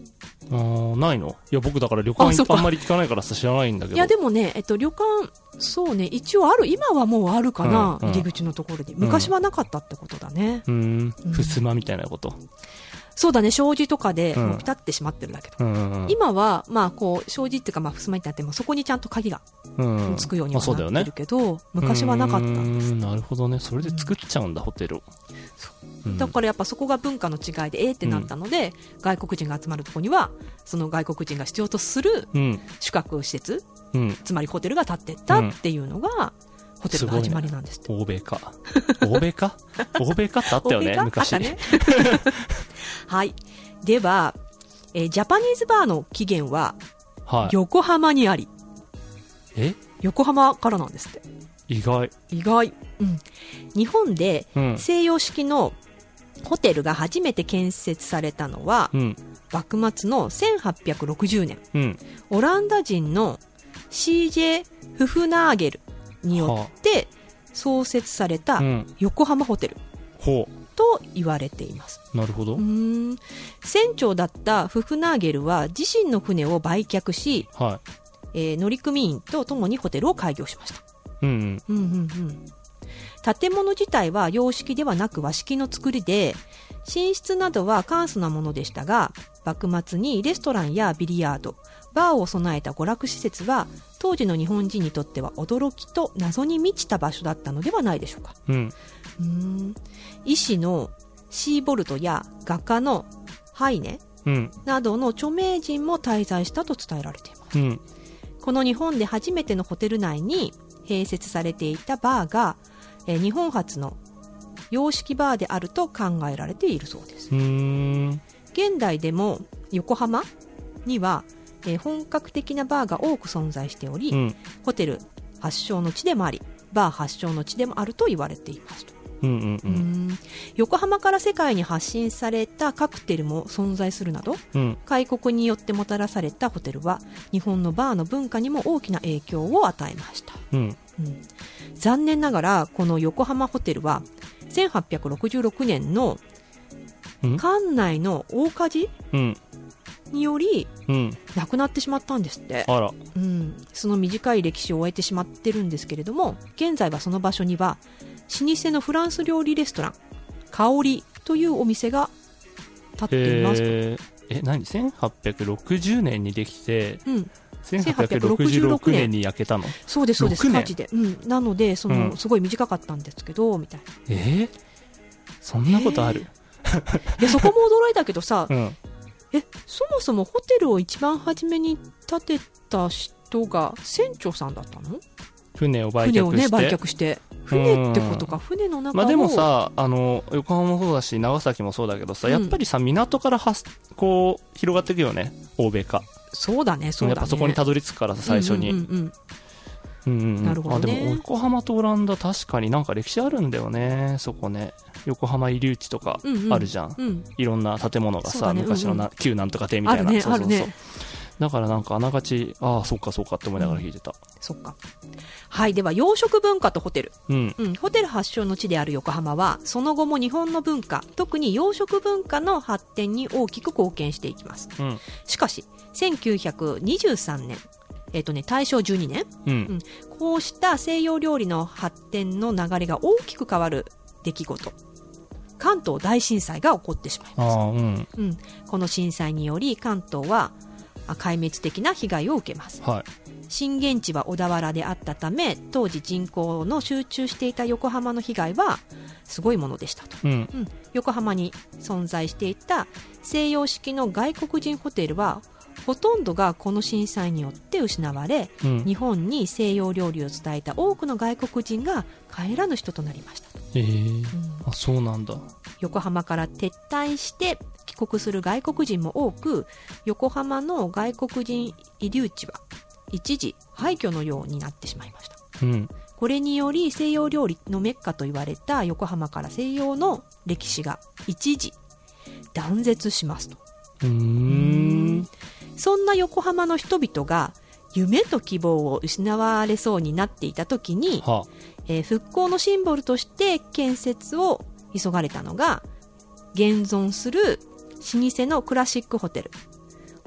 あーないの？いや僕だから旅館 あ, あんまり聞かないからさ知らないんだけど。 いやでもね、えっと、旅館そうね一応ある、今はもうあるかな、うんうん、入り口のところに。昔はなかったってことだね。 うん、うん、ふすまみたいなこと。 そうだね、障子とかでもうピタってしまってるんだけど、うんうんうん、今はまあこう障子っていうかまあふすまになってもそこにちゃんと鍵がつくようにはなってるけど、うんまあね、昔はなかったんです。 なるほどね、それで作っちゃうんだ、うん、ホテルを。 だからやっぱそこが文化の違いでえーってなったので、うん、外国人が集まるところにはその外国人が必要とする宿泊施設、うん、つまりホテルが建ってったっていうのが、うん、ホテルの始まりなんですって。 ね、欧米か欧米か欧米かってあったよね昔ねはい。では、えー、ジャパニーズバーの起源は横浜にあり、 はい、え横浜からなんですって。 意外意外、うん、日本で西洋式のホテルが初めて建設されたのは、うん、幕末のせんはっぴゃくろくじゅうねん、うん、オランダ人の シージェー フフナーゲルによって創設された横浜ホテルと言われています。 なるほど。 うーん、船長だったフフナーゲルは自身の船を売却し、はい、えー、乗組員と共にホテルを開業しました。うんうんうんうんうん建物自体は洋式ではなく和式の作りで、寝室などは簡素なものでしたが、幕末にレストランやビリヤード、バーを備えた娯楽施設は当時の日本人にとっては驚きと謎に満ちた場所だったのではないでしょうか。うん、うーん医師のシーボルトや画家のハイネなどの著名人も滞在したと伝えられています。うん、この日本で初めてのホテル内に併設されていたバーがえー、日本初の洋式バーであると考えられているそうです。うーん現代でも横浜には、えー、本格的なバーが多く存在しており、うん、ホテル発祥の地でもありバー発祥の地でもあると言われていますと。うんうんうん、うーん横浜から世界に発信されたカクテルも存在するなど、うん、開国によってもたらされたホテルは日本のバーの文化にも大きな影響を与えました。うんうん、残念ながらこの横浜ホテルはせんはっぴゃくろくじゅうろくねんの館内の大火事、うん、により、うん、亡くなってしまったんですって。あら、うん、その短い歴史を終えてしまってるんですけれども、現在はその場所には老舗のフランス料理レストラン香りというお店が建っていますと。 え何せんはっぴゃくろくじゅうねんにできて、うんせんはっぴゃくろくじゅうろくねんに焼けたの。 そうですそうです、火事で、うん、なのでその、うん、すごい短かったんですけどみたいな。 えー、そんなことある？ でそこも驚いたけどさ、うん、えそもそもホテルを一番初めに建てた人が船長さんだったの？ 船を売却して船をね売却して船ってことか、船の中を、 まあ、でもさあの横浜もそうだし長崎もそうだけどさ、うん、やっぱりさ港からはこう広がっていくよね、欧米化。 そうだねそうだね、 やっぱそこにたどり着くからさ最初に。うんうんうんうんうん、なるほどね。あでも横浜とオランダ確かになんか歴史あるんだよね、そこね。横浜イリューチとかあるじゃん、うんうん、いろんな建物がさ、ね、昔のな、うんうん、旧なんとか邸みたいな、あるね、そうそうそう、あるね。だからなんかあながちああそうかそうかって思いながら聞いてた、うん、 そっか。はい。では洋食文化とホテル、うんうん、ホテル発祥の地である横浜はその後も日本の文化、特に洋食文化の発展に大きく貢献していきます、うん、しかしせんきゅうひゃくにじゅうさんねん、えーとね、大正じゅうにねん、うんうん、こうした西洋料理の発展の流れが大きく変わる出来事、関東大震災が起こってしまいます、うんうん、この震災により関東は壊滅的な被害を受けます、はい、震源地は小田原であったため当時人口の集中していた横浜の被害はすごいものでしたと、うんうん、横浜に存在していた西洋式の外国人ホテルはほとんどがこの震災によって失われ、うん、日本に西洋料理を伝えた多くの外国人が帰らぬ人となりました。 えーうん、あそうなんだ。 横浜から撤退して帰国する外国人も多く、横浜の外国人居留地は一時廃墟のようになってしまいました、うん、これにより西洋料理のメッカと言われた横浜から西洋の歴史が一時断絶しますと。うーんそんな横浜の人々が夢と希望を失われそうになっていた時に、はあえー、復興のシンボルとして建設を急がれたのが現存する老舗のクラシックホテル、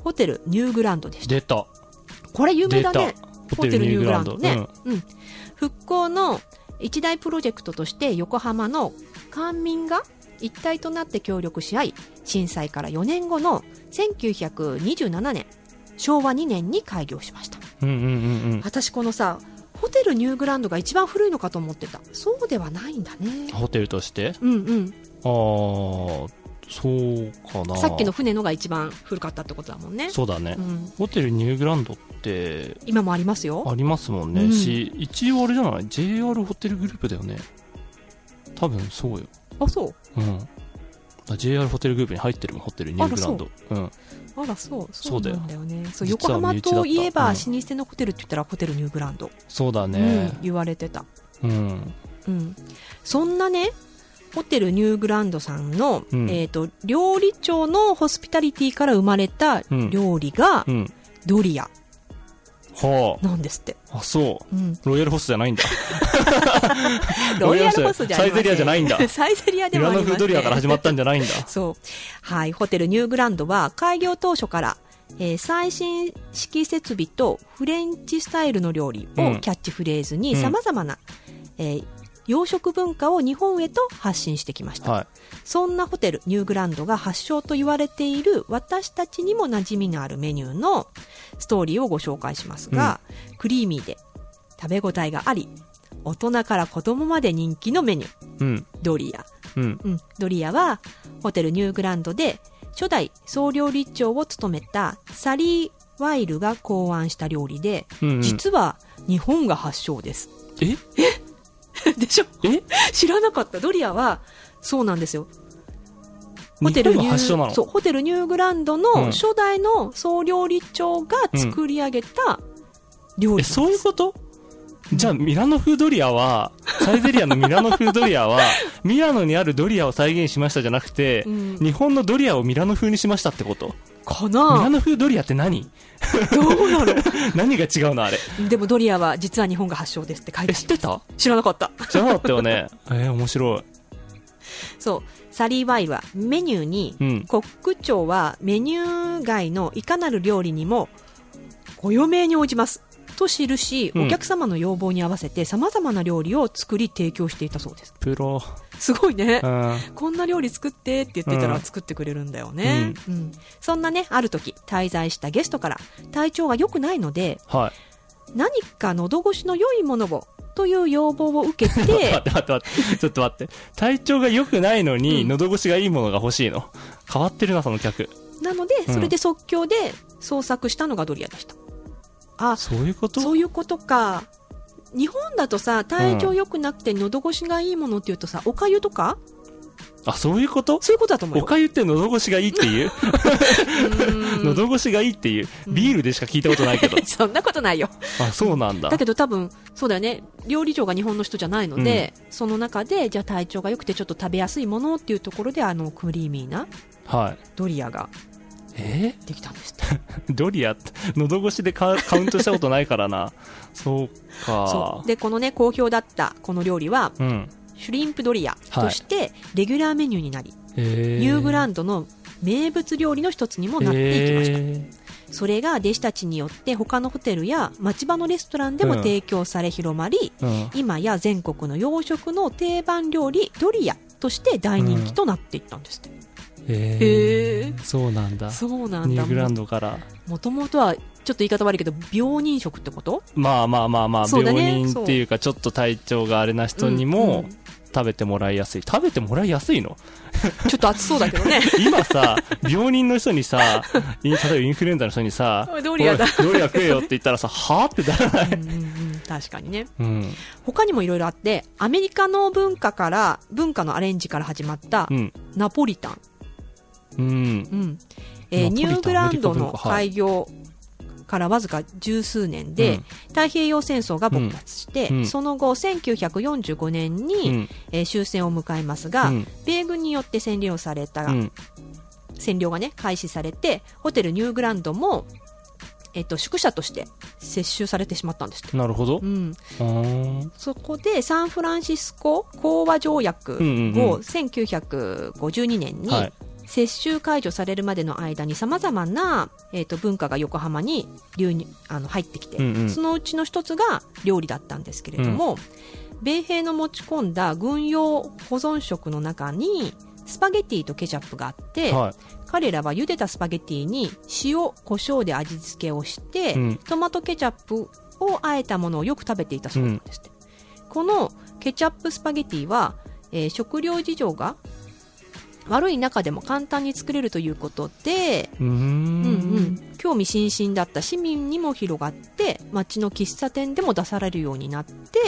ホテルニューグランドでした。 出た。 これ有名だね。 ホテルニューグランドね、うん、うん。復興の一大プロジェクトとして横浜の官民が一体となって協力し合い、震災からよねんごのせんきゅうひゃくにじゅうななねん、しょうわにねんに開業しました。 うんうんうんうん、 私このさ、ホテルニューグランドが一番古いのかと思ってた。そうではないんだね。 ホテルとして？ うんうん。 ああ、そうかな。 さっきの船のが一番古かったってことだもんね。 そうだね、 うん、 ホテルニューグランドって今もありますよ。 ありますもんね、うん、し一応あれじゃない ジェイアール ホテルグループだよね。多分そうよ。 あ、そう。 うん。ジェイアール ホテルグループに入ってるもん、ホテルニューグランド。うん。 あら、そう。そうなんだよね。そう、 横浜といえば、老舗のホテルって言ったらホテルニューグランド。 そうだね、 うん、言われてた。 うん。 うん。そんなね、ホテルニューグランドさんの、うん、えっと、料理長のホスピタリティから生まれた料理が、うんうん、ドリア。 はあ。 なんですって。 あ、そう。 うん、 ロイヤルホストじゃないんだ。 ロイヤルホストじゃない。 サイゼリアじゃないんだ。 サイゼリアでもありますね。 ミラノ風ドリアから始まったんじゃないんだ。 そう。はい。ホテルニューグランドは開業当初から、えー、最新式設備とフレンチスタイルの料理をキャッチフレーズに、さまざまな、えー、洋食文化を日本へと発信してきました、はい、そんなホテルニューグランドが発祥と言われている私たちにも馴染みのあるメニューのストーリーをご紹介しますが、うん、クリーミーで食べ応えがあり大人から子供まで人気のメニュー、うん、ドリア、うんうん、ドリアはホテルニューグランドで初代総料理長を務めたサリー・ワイルが考案した料理で、うんうん、実は日本が発祥です。 ええでしょ？ え知らなかった。ドリアはそうなんですよ。 ホテルニューそう、ホテルニューグランドの初代の総料理長が作り上げた料理、うん、 えそういうこと？じゃあミラノ風ドリアはサイゼリアのミラノ風ドリアはミラノにあるドリアを再現しましたじゃなくて、うん、日本のドリアをミラノ風にしましたってことかな。 ミラノ風ドリアって何？ どうなの？ 何が違うのあれ。 でもドリアは実は日本が発祥ですって書いてある。 え知ってた？ 知らなかった。 知らなかったよね。えー、面白い。 そうサリー・ワイルはメニューに、うん、コック長はメニュー外のいかなる料理にもご余命に応じますと記し、うん、お客様の要望に合わせて様々な料理を作り提供していたそうです。 プロすごいね、 うん、 こんな料理作ってって言ってたら作ってくれるんだよね、うんうん、そんなねある時滞在したゲストから体調が良くないので、 はい、 何か喉越しの良いものをという要望を受けて待って待って待ってちょっと待って体調が良くないのに、うん、喉越しがいいものが欲しいの変わってるなその客なので、うん、それで即興で創作したのがドリアでした。あ、 そういうこと？ そういうことか。日本だとさ体調良くなくて喉越しがいいものっていうとさ、おかゆとか？ あ、そういうこと？ そういうことだと思うよ。 おかゆって喉越しがいいっていう喉越しがいいっていうビールでしか聞いたことないけどそんなことないよ。 あ、そうなんだ。 だけど多分そうだよね、料理長が日本の人じゃないので、うん、その中でじゃあ体調が良くてちょっと食べやすいものっていうところであのクリーミーなドリアがえできたんですってドリアって喉越しで カ, カウントしたことないからなそうか。 そうでこのね好評だったこの料理は、うん、シュリンプドリアとしてレギュラーメニューになり、はい、ニューグランドの名物料理の一つにもなっていきました。それが弟子たちによって他のホテルや町場のレストランでも提供され広まり、うん、今や全国の洋食の定番料理ドリアとして大人気となっていったんですって、うんへー、へーそうなんだ。 そうなんだ。 ニューグランドからもともとはちょっと言い方悪いけど病人食ってこと？ まあまあまあまあ、ね、病人っていうかちょっと体調があれな人にも、うんうん、食べてもらいやすい。食べてもらいやすいのちょっと熱そうだけどね今さ病人の人にさ例えばインフルエンザの人にさドリアだドリア食えよって言ったらさはぁってならないうんうん、うん、確かにね、 うん、 他にもいろいろあってアメリカの文化から文化のアレンジから始まったナポリタン、 うんうんえー、ニューグランドの開業からわずか十数年で、うん、太平洋戦争が勃発して、うん、その後せんきゅうひゃくよんじゅうごねんに、うんえー、終戦を迎えますが、うん、米軍によって占領された、うん、占領がね開始されてホテルニューグランドもえっと、宿舎として接収されてしまったんですって。 なるほど、 うん、そこでサンフランシスコ講和条約をせんきゅうひゃくごじゅうにねんに接収解除されるまでの間に様々な、えー、と文化が横浜に流入あの入ってきて、 うんうん、 そのうちの一つが料理だったんですけれども、うん、米兵の持ち込んだ軍用保存食の中にスパゲティとケチャップがあって、はい、彼らは茹でたスパゲティに塩、胡椒で味付けをして、うん、トマトケチャップを和えたものをよく食べていたそうなんです、うん、このケチャップスパゲティは、えー、食料事情が悪い中でも簡単に作れるということで、 うーん、うんうん、 興味津々だった市民にも広がって街の喫茶店でも出されるようになって、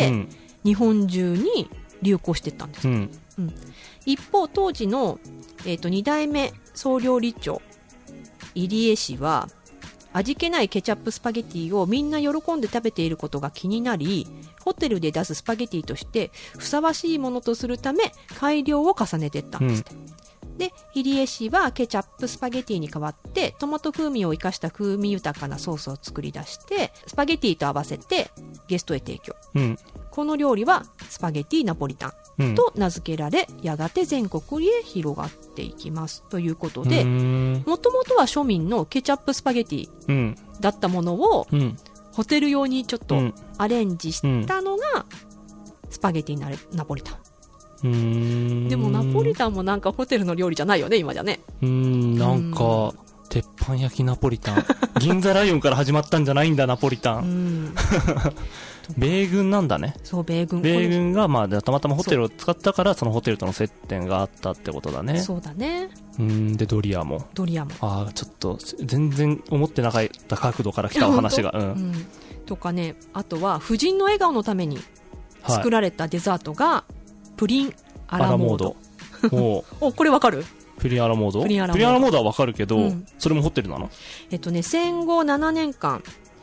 うん、日本中に流行していったんです、うんうん、一方当時の、えーと、に代目総料理長入江氏は味気ないケチャップスパゲティをみんな喜んで食べていることが気になり、ホテルで出すスパゲティとしてふさわしいものとするため改良を重ねていったんです、うん、で入江氏はケチャップスパゲティに代わってトマト風味を生かした風味豊かなソースを作り出してスパゲティと合わせてゲストへ提供、うん、この料理はスパゲティナポリタンと名付けられ、うん、やがて全国へ広がっていきますということで、もともとは庶民のケチャップスパゲティだったものを、うん、ホテル用にちょっとアレンジしたのがスパゲティナ、ナポリタン。うーん、でもナポリタンもなんかホテルの料理じゃないよね今じゃね。 うーん、なんか鉄板焼きナポリタン銀座ライオンから始まったんじゃないんだナポリタン。うーん米軍なんだね。 そう、米軍米軍が、まあ、たまたまホテルを使ったからそのホテルとの接点があったってことだね。 そうだね。 うーん、でドリアもドリアもああ、ちょっと全然思ってなかった角度から来たお話が、うんうん、 とかね。あとは夫人の笑顔のために作られたデザートが、はい、プリンアラモード。おおこれわかる？ プリンアラモード？プリンアラモードはわかるけど、うん、それもホテルなの？ えっとね、戦後ななねんかん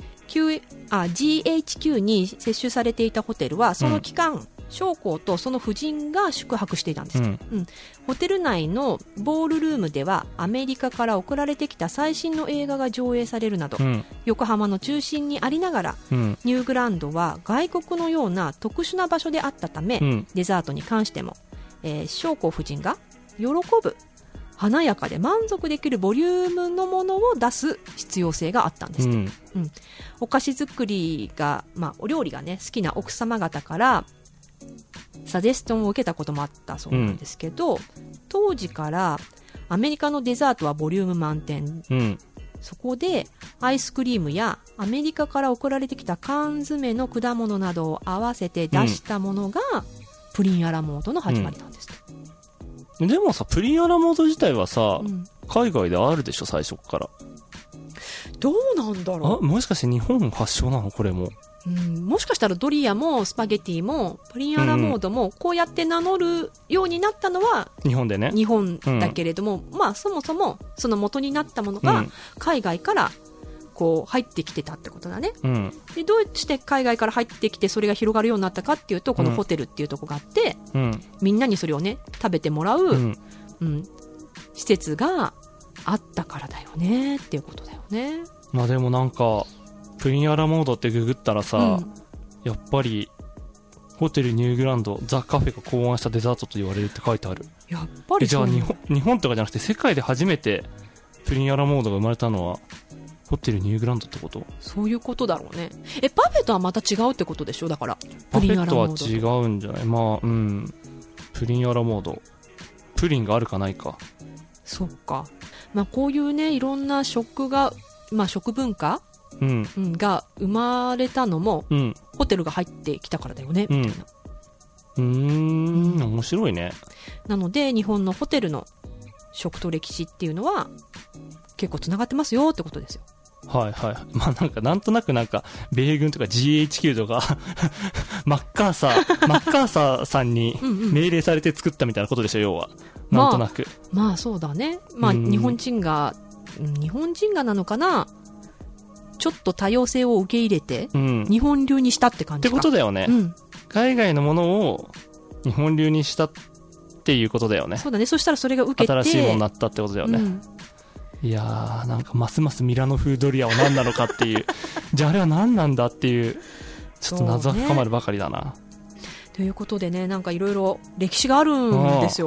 Q、あ ジーエイチキュー に接種されていたホテルはその期間、うん、将校とその夫人が宿泊していたんです、うんうん、ホテル内のボールルームではアメリカから送られてきた最新の映画が上映されるなど、うん、横浜の中心にありながら、うん、ニューグランドは外国のような特殊な場所であったため、うん、デザートに関しても、えー、将校夫人が喜ぶ華やかで満足できるボリュームのものを出す必要性があったんです、うんうん、お菓子作りが、まあ、お料理がね好きな奥様方からサジェストンを受けたこともあったそうなんですけど、うん、当時からアメリカのデザートはボリューム満点、うん、そこでアイスクリームやアメリカから送られてきた缶詰の果物などを合わせて出したものが、うん、プリンアラモードの始まりなんです、 うん、でもさプリンアラモード自体はさ、うん、海外であるでしょ最初から。 どうなんだろう。あ、もしかして日本発祥なのこれも。 うん、もしかしたらドリアもスパゲティもプリンアラモードもこうやって名乗るようになったのは日本でね。 日本だけれども、うん、まあそもそもその元になったものが海外からこう入ってきてたってことだね、うん、でどうして海外から入ってきてそれが広がるようになったかっていうとこのホテルっていうところがあって、うん、みんなにそれをね食べてもらう、うんうん、施設があったからだよねっていうことだよね。 まあでもなんかプリンアラモードってググったらさ、うん、やっぱりホテルニューグランドザ・カフェが考案したデザートと言われるって書いてある。 やっぱりじゃあ日本、日本とかじゃなくて世界で初めてプリンアラモードが生まれたのはホテルニューグランドってこと？ そういうことだろうね。えパフェとはまた違うってことでしょ。だからパフェとは違うんじゃない。まあうんプリンアラモードプリンがあるかないか。 そっか。まあこういうねいろんな食がまあ食文化うん、が生まれたのも、うん、ホテルが入ってきたからだよね、うん、みたいな。 うーん、面白いね。 なので日本のホテルの食と歴史っていうのは結構つながってますよってことですよ。 はいはい。まあなんかなんとなくなんか米軍とか ジーエイチキュー とかマッカーサーマッカーサーさんに命令されて作ったみたいなことでしょ要は。なんとなく。 まあ、まあそうだね。まあ日本人が日本人がなのかな。ちょっと多様性を受け入れて、うん、日本流にしたって感じかってことだよね、うん、海外のものを日本流にしたっていうことだよね。 そうだね。そしたらそれが受けて新しいものになったってことだよね、うん、いやーなんかますますミラノ風ドリアは何なのかっていうじゃああれは何なんだっていうちょっと謎が深まるばかりだな、ね、 ということでねなんかいろいろ歴史があるんですよ。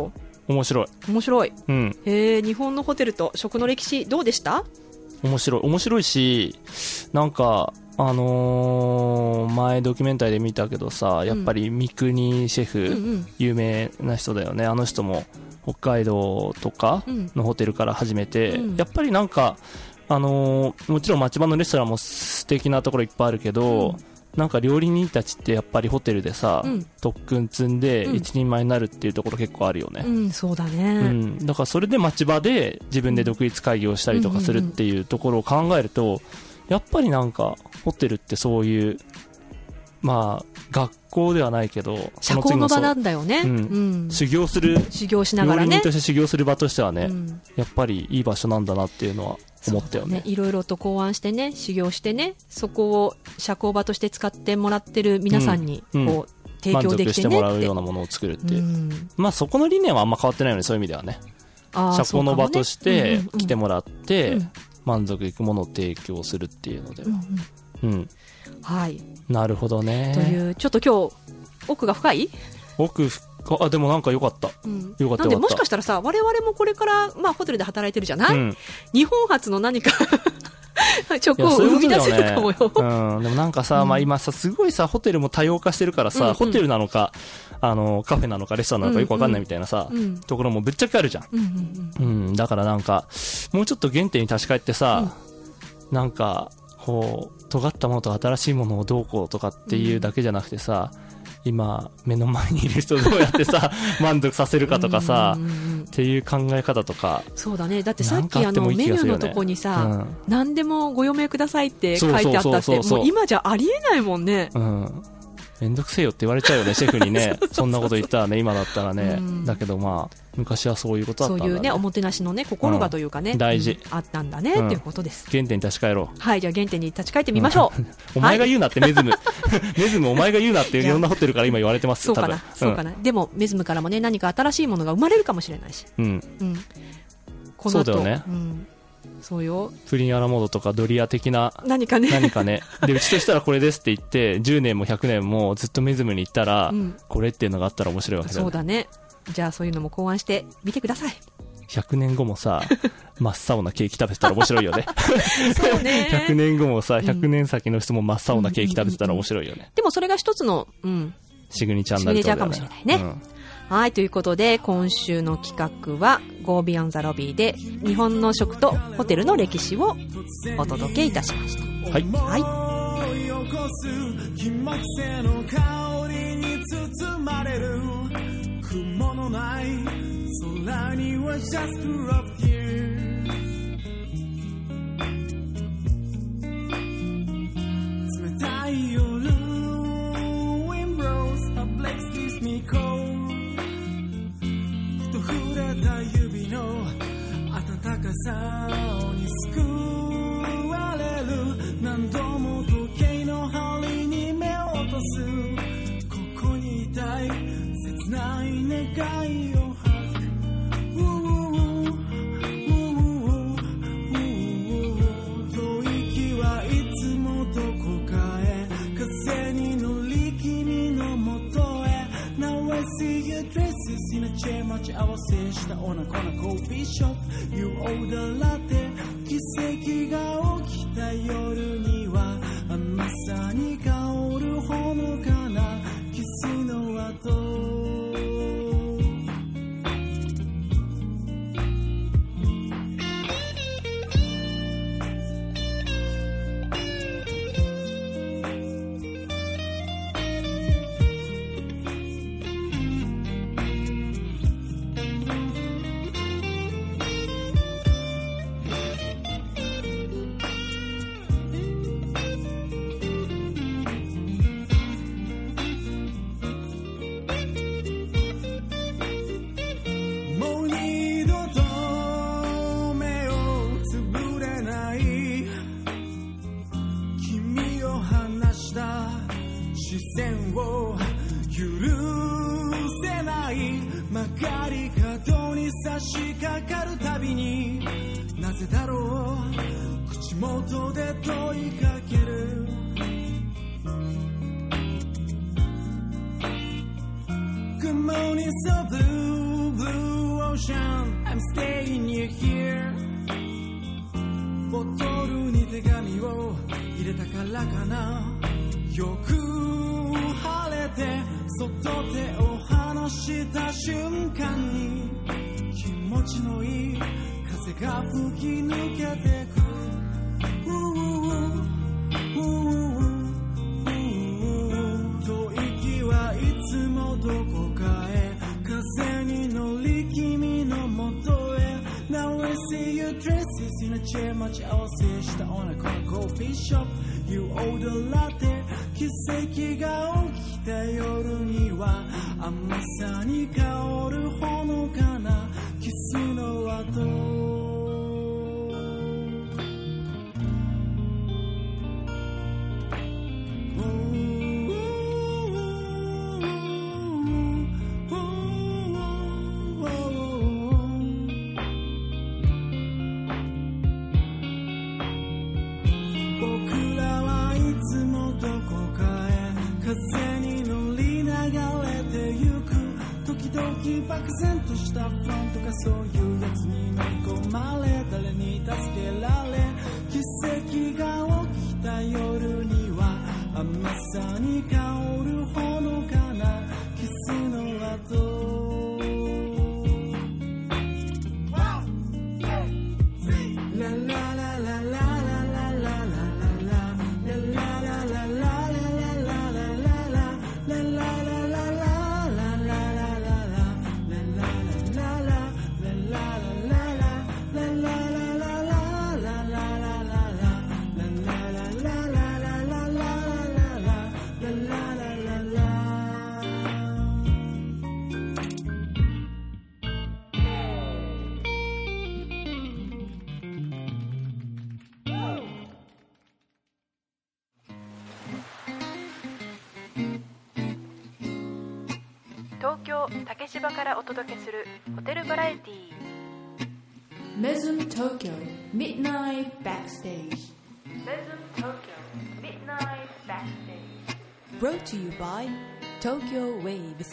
面白い。 面白い。 うん。 へえ、日本のホテルと食の歴史どうでした？ 面白い。面白いし、なんか、あのー、前ドキュメンタリーで見たけどさ、やっぱり三國シェフ、うんうん、有名な人だよね。あの人も北海道とかのホテルから始めて、うん、やっぱりなんか、あのー、もちろん町場のレストランも素敵なところいっぱいあるけど、うん、なんか料理人たちってやっぱりホテルでさ、うん、特訓積んで一人前になるっていうところ結構あるよね。 うん、そうだね。 うん、だからそれで町場で自分で独立会議をしたりとかするっていうところを考えると、やっぱりなんかホテルってそういう、まあ学校ではないけど社交の場なんだよね。 うんうん、修行する、 修行しながらね、 料理人として修行する場としてはね、うん、やっぱりいい場所なんだなっていうのは思ったよね。 いろいろと考案してね、修行してね、そこを社交場として使ってもらってる皆さんにこう、うんうん、提供できてねって、満足してもらうようなものを作るっていう、うん、まあそこの理念はあんま変わってないよね、そういう意味ではね。社交の場として来てもらって、うんうん、満足いくものを提供するっていうのでは、うんうん、 はい、 なるほどね。 というちょっと今日奥が深い？ 奥深あでもなんか良かった、うん、よかった。 なんでもしかしたらさ、我々もこれから、まあ、ホテルで働いてるじゃない、うん、日本初の何かチョコを生み出せるかもよ。 うん、でもなんかさ、うん、まあ、今さすごいさホテルも多様化してるからさ、うんうん、ホテルなのかあのカフェなのかレストランなのかよくわかんないみたいなさ、うんうん、ところもぶっちゃけあるじゃん、うんうんうんうん、だからなんかもうちょっと原点に立ち返ってさ、うん、なんかこう尖ったものと新しいものをどうこうとかっていうだけじゃなくてさ、今目の前にいる人をどうやってさ満足させるかとかさ、うんうんうん、っていう考え方とか。 そうだね。だってさっきあのメニューのとこにさ、うん、何でもご用命くださいって書いてあったって、もう今じゃありえないもんね。うん、 めんどくせえよって言われちゃうよねシェフにねそんなこと言ったらね今だったらね、うん、だけどまあ昔はそういうことだったんだね。 そういうねおもてなしのね心がというかね、 うん、大事、 うん、あったんだね、うん、っていうことです。 原点に立ち返ろう。 はい、じゃあ原点に立ち返ってみましょう、うん、 お前が言うなって、はい、メズムメズムお前が言うなっていろんなホテルから今言われてますそうかな、うん、そうかな。でもメズムからもね何か新しいものが生まれるかもしれないし、うん、うん、この後そうだよね、 うん、そうよ。 プリンアラモードとかドリア的な何かね何かねでうちとしたらこれですって言ってじゅうねんもひゃくねんもずっとメズムに行ったら、うん、これっていうのがあったら面白いわけだよね。 そうだね。じゃあそういうのも考案してみてください。 ひゃくねんごもさ真っ青なケーキ食べてたら面白いよねそうね。 ひゃくねんごもさひゃくねん先の人も真っ青なケーキ食べてたら面白いよね、うんうんうんうん、 でもそれが一つの、うん、 シグニチャーになると、ね、 シグニチャーかもしれないね、うん、はい。ということで今週の企画は Go Beyond the Lobby で日本の食とホテルの歴史をお届けいたしました。 はい、 はい、 起こす金木犀の香りに包まれる雲のない空には just full of tears 冷たい夜 Wind blows her blades gives me cold ふと触れた指の温かさに救われる何度も時計の針に目を落とすここにいたい切ない願いを吐く吐息はいつもどこかへ風に乗り君のもとへ Now I see your dresses in a chair 待ち合わせしたおなこなコーヒーショップ You order latte 奇跡が起きた夜には甘さに香るほのかなキスの後しかかるたびになぜだろう口元で問いかける Good morning so blue blue ocean I'm staying near here ボトルに手紙を入れたからかなよく晴れて外でお話した瞬間に気持ちのいい風が吹き抜けてく吐息はいつもどこかへ風に乗り君のもとへ Now I see your dresses in a chair 待ち合わせした on a corner coffee shop You order latte 奇跡が起きた夜には甘さに香るほのかなキスの後漠然としたフロントがそういうやつに乗り込まれ誰に助けられ奇跡が起きた夜には甘さに香るほのかなキスの後ラララララ東京竹芝からお届けするホテルバラエティ Mesm Tokyo Midnight Backstage Mesm Tokyo Midnight Backstage Brought to you by Tokyo Waves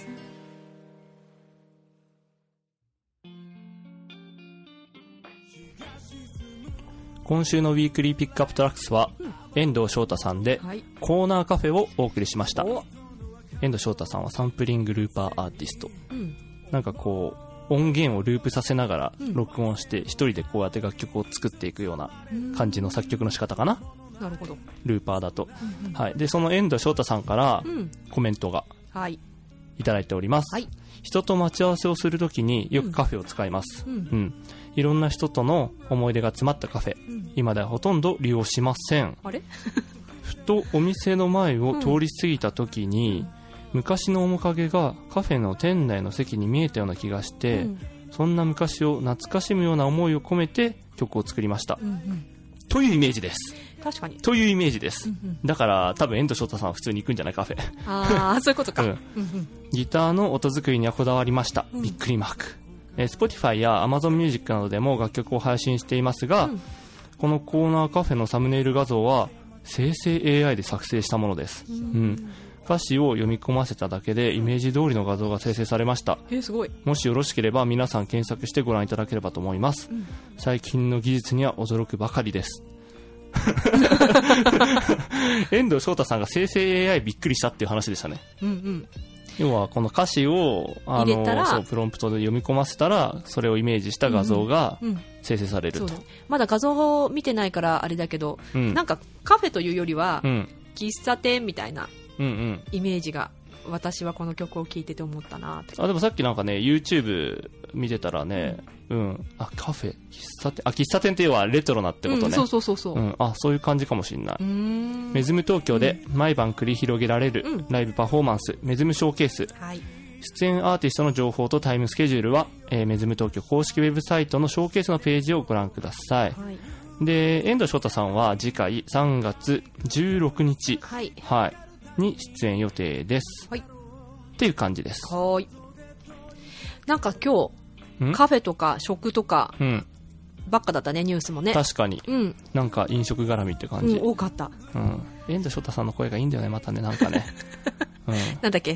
今週のウィークリーピックアップトラックスは、うん、遠藤翔太さんで、はい、コーナーカフェをお送りしました。遠藤翔太さんはサンプリングルーパーアーティスト、うん、なんかこう音源をループさせながら録音して一人でこうやって楽曲を作っていくような感じの作曲の仕方かな、 うん、なるほどルーパーだと、うんうん、はい、でその遠藤翔太さんからコメントがいただいております、はい、人と待ち合わせをするときによくカフェを使います、うんうん、いろんな人との思い出が詰まったカフェ、うん、今ではほとんど利用しません。 あれふとお店の前を通り過ぎたときに、うん昔の面影がカフェの店内の席に見えたような気がして、うん、そんな昔を懐かしむような思いを込めて曲を作りました、うんうん、というイメージです。 確かにというイメージです、うんうん、だから多分遠藤翔太さんは普通に行くんじゃないカフェああそういうことか、うんうん、ギターの音作りにはこだわりました、うん、びっくりマーク、えー、Spotify や Amazon Music などでも楽曲を配信していますが、うん、このコーナーカフェのサムネイル画像は生成 エーアイ で作成したものです、うんうん歌詞を読み込ませただけでイメージ通りの画像が生成されました。 えー、すごい。 もしよろしければ皆さん検索してご覧いただければと思います、うん、最近の技術には驚くばかりです遠藤翔太さんが生成 エーアイ びっくりしたっていう話でしたね、うんうん、要はこの歌詞をあのそうプロンプトで読み込ませたらそれをイメージした画像が生成されると、うんうん、 まだ画像を見てないからあれだけど、うん、なんかカフェというよりは、うん、喫茶店みたいなうんうん、イメージが私はこの曲を聴いてて思ったなって。 あでもさっきなんかね YouTube 見てたらね、うん、うん、あカフェ喫茶店あ喫茶店っていうのはレトロなってことね、うん、 そうそうそうそう、うん、 あそういう感じかもしれない。うーんメズム東京で毎晩繰り広げられるライブパフォーマンス、うん、メズムショーケース、はい、出演アーティストの情報とタイムスケジュールは、えー、メズム東京公式ウェブサイトのショーケースのページをご覧ください、はい、で遠藤翔太さんは次回さんがつじゅうろくにち、はいはいに出演予定です。はい。っていう感じです。 はい。なんか今日カフェとか食とかばっかだったねニュースもね。 確かに。うん。なんか飲食絡みって感じ。 うん、多かった。 うん。遠藤翔太さんの声がいいんだよねまたねなんかね。 うん。なんだっけ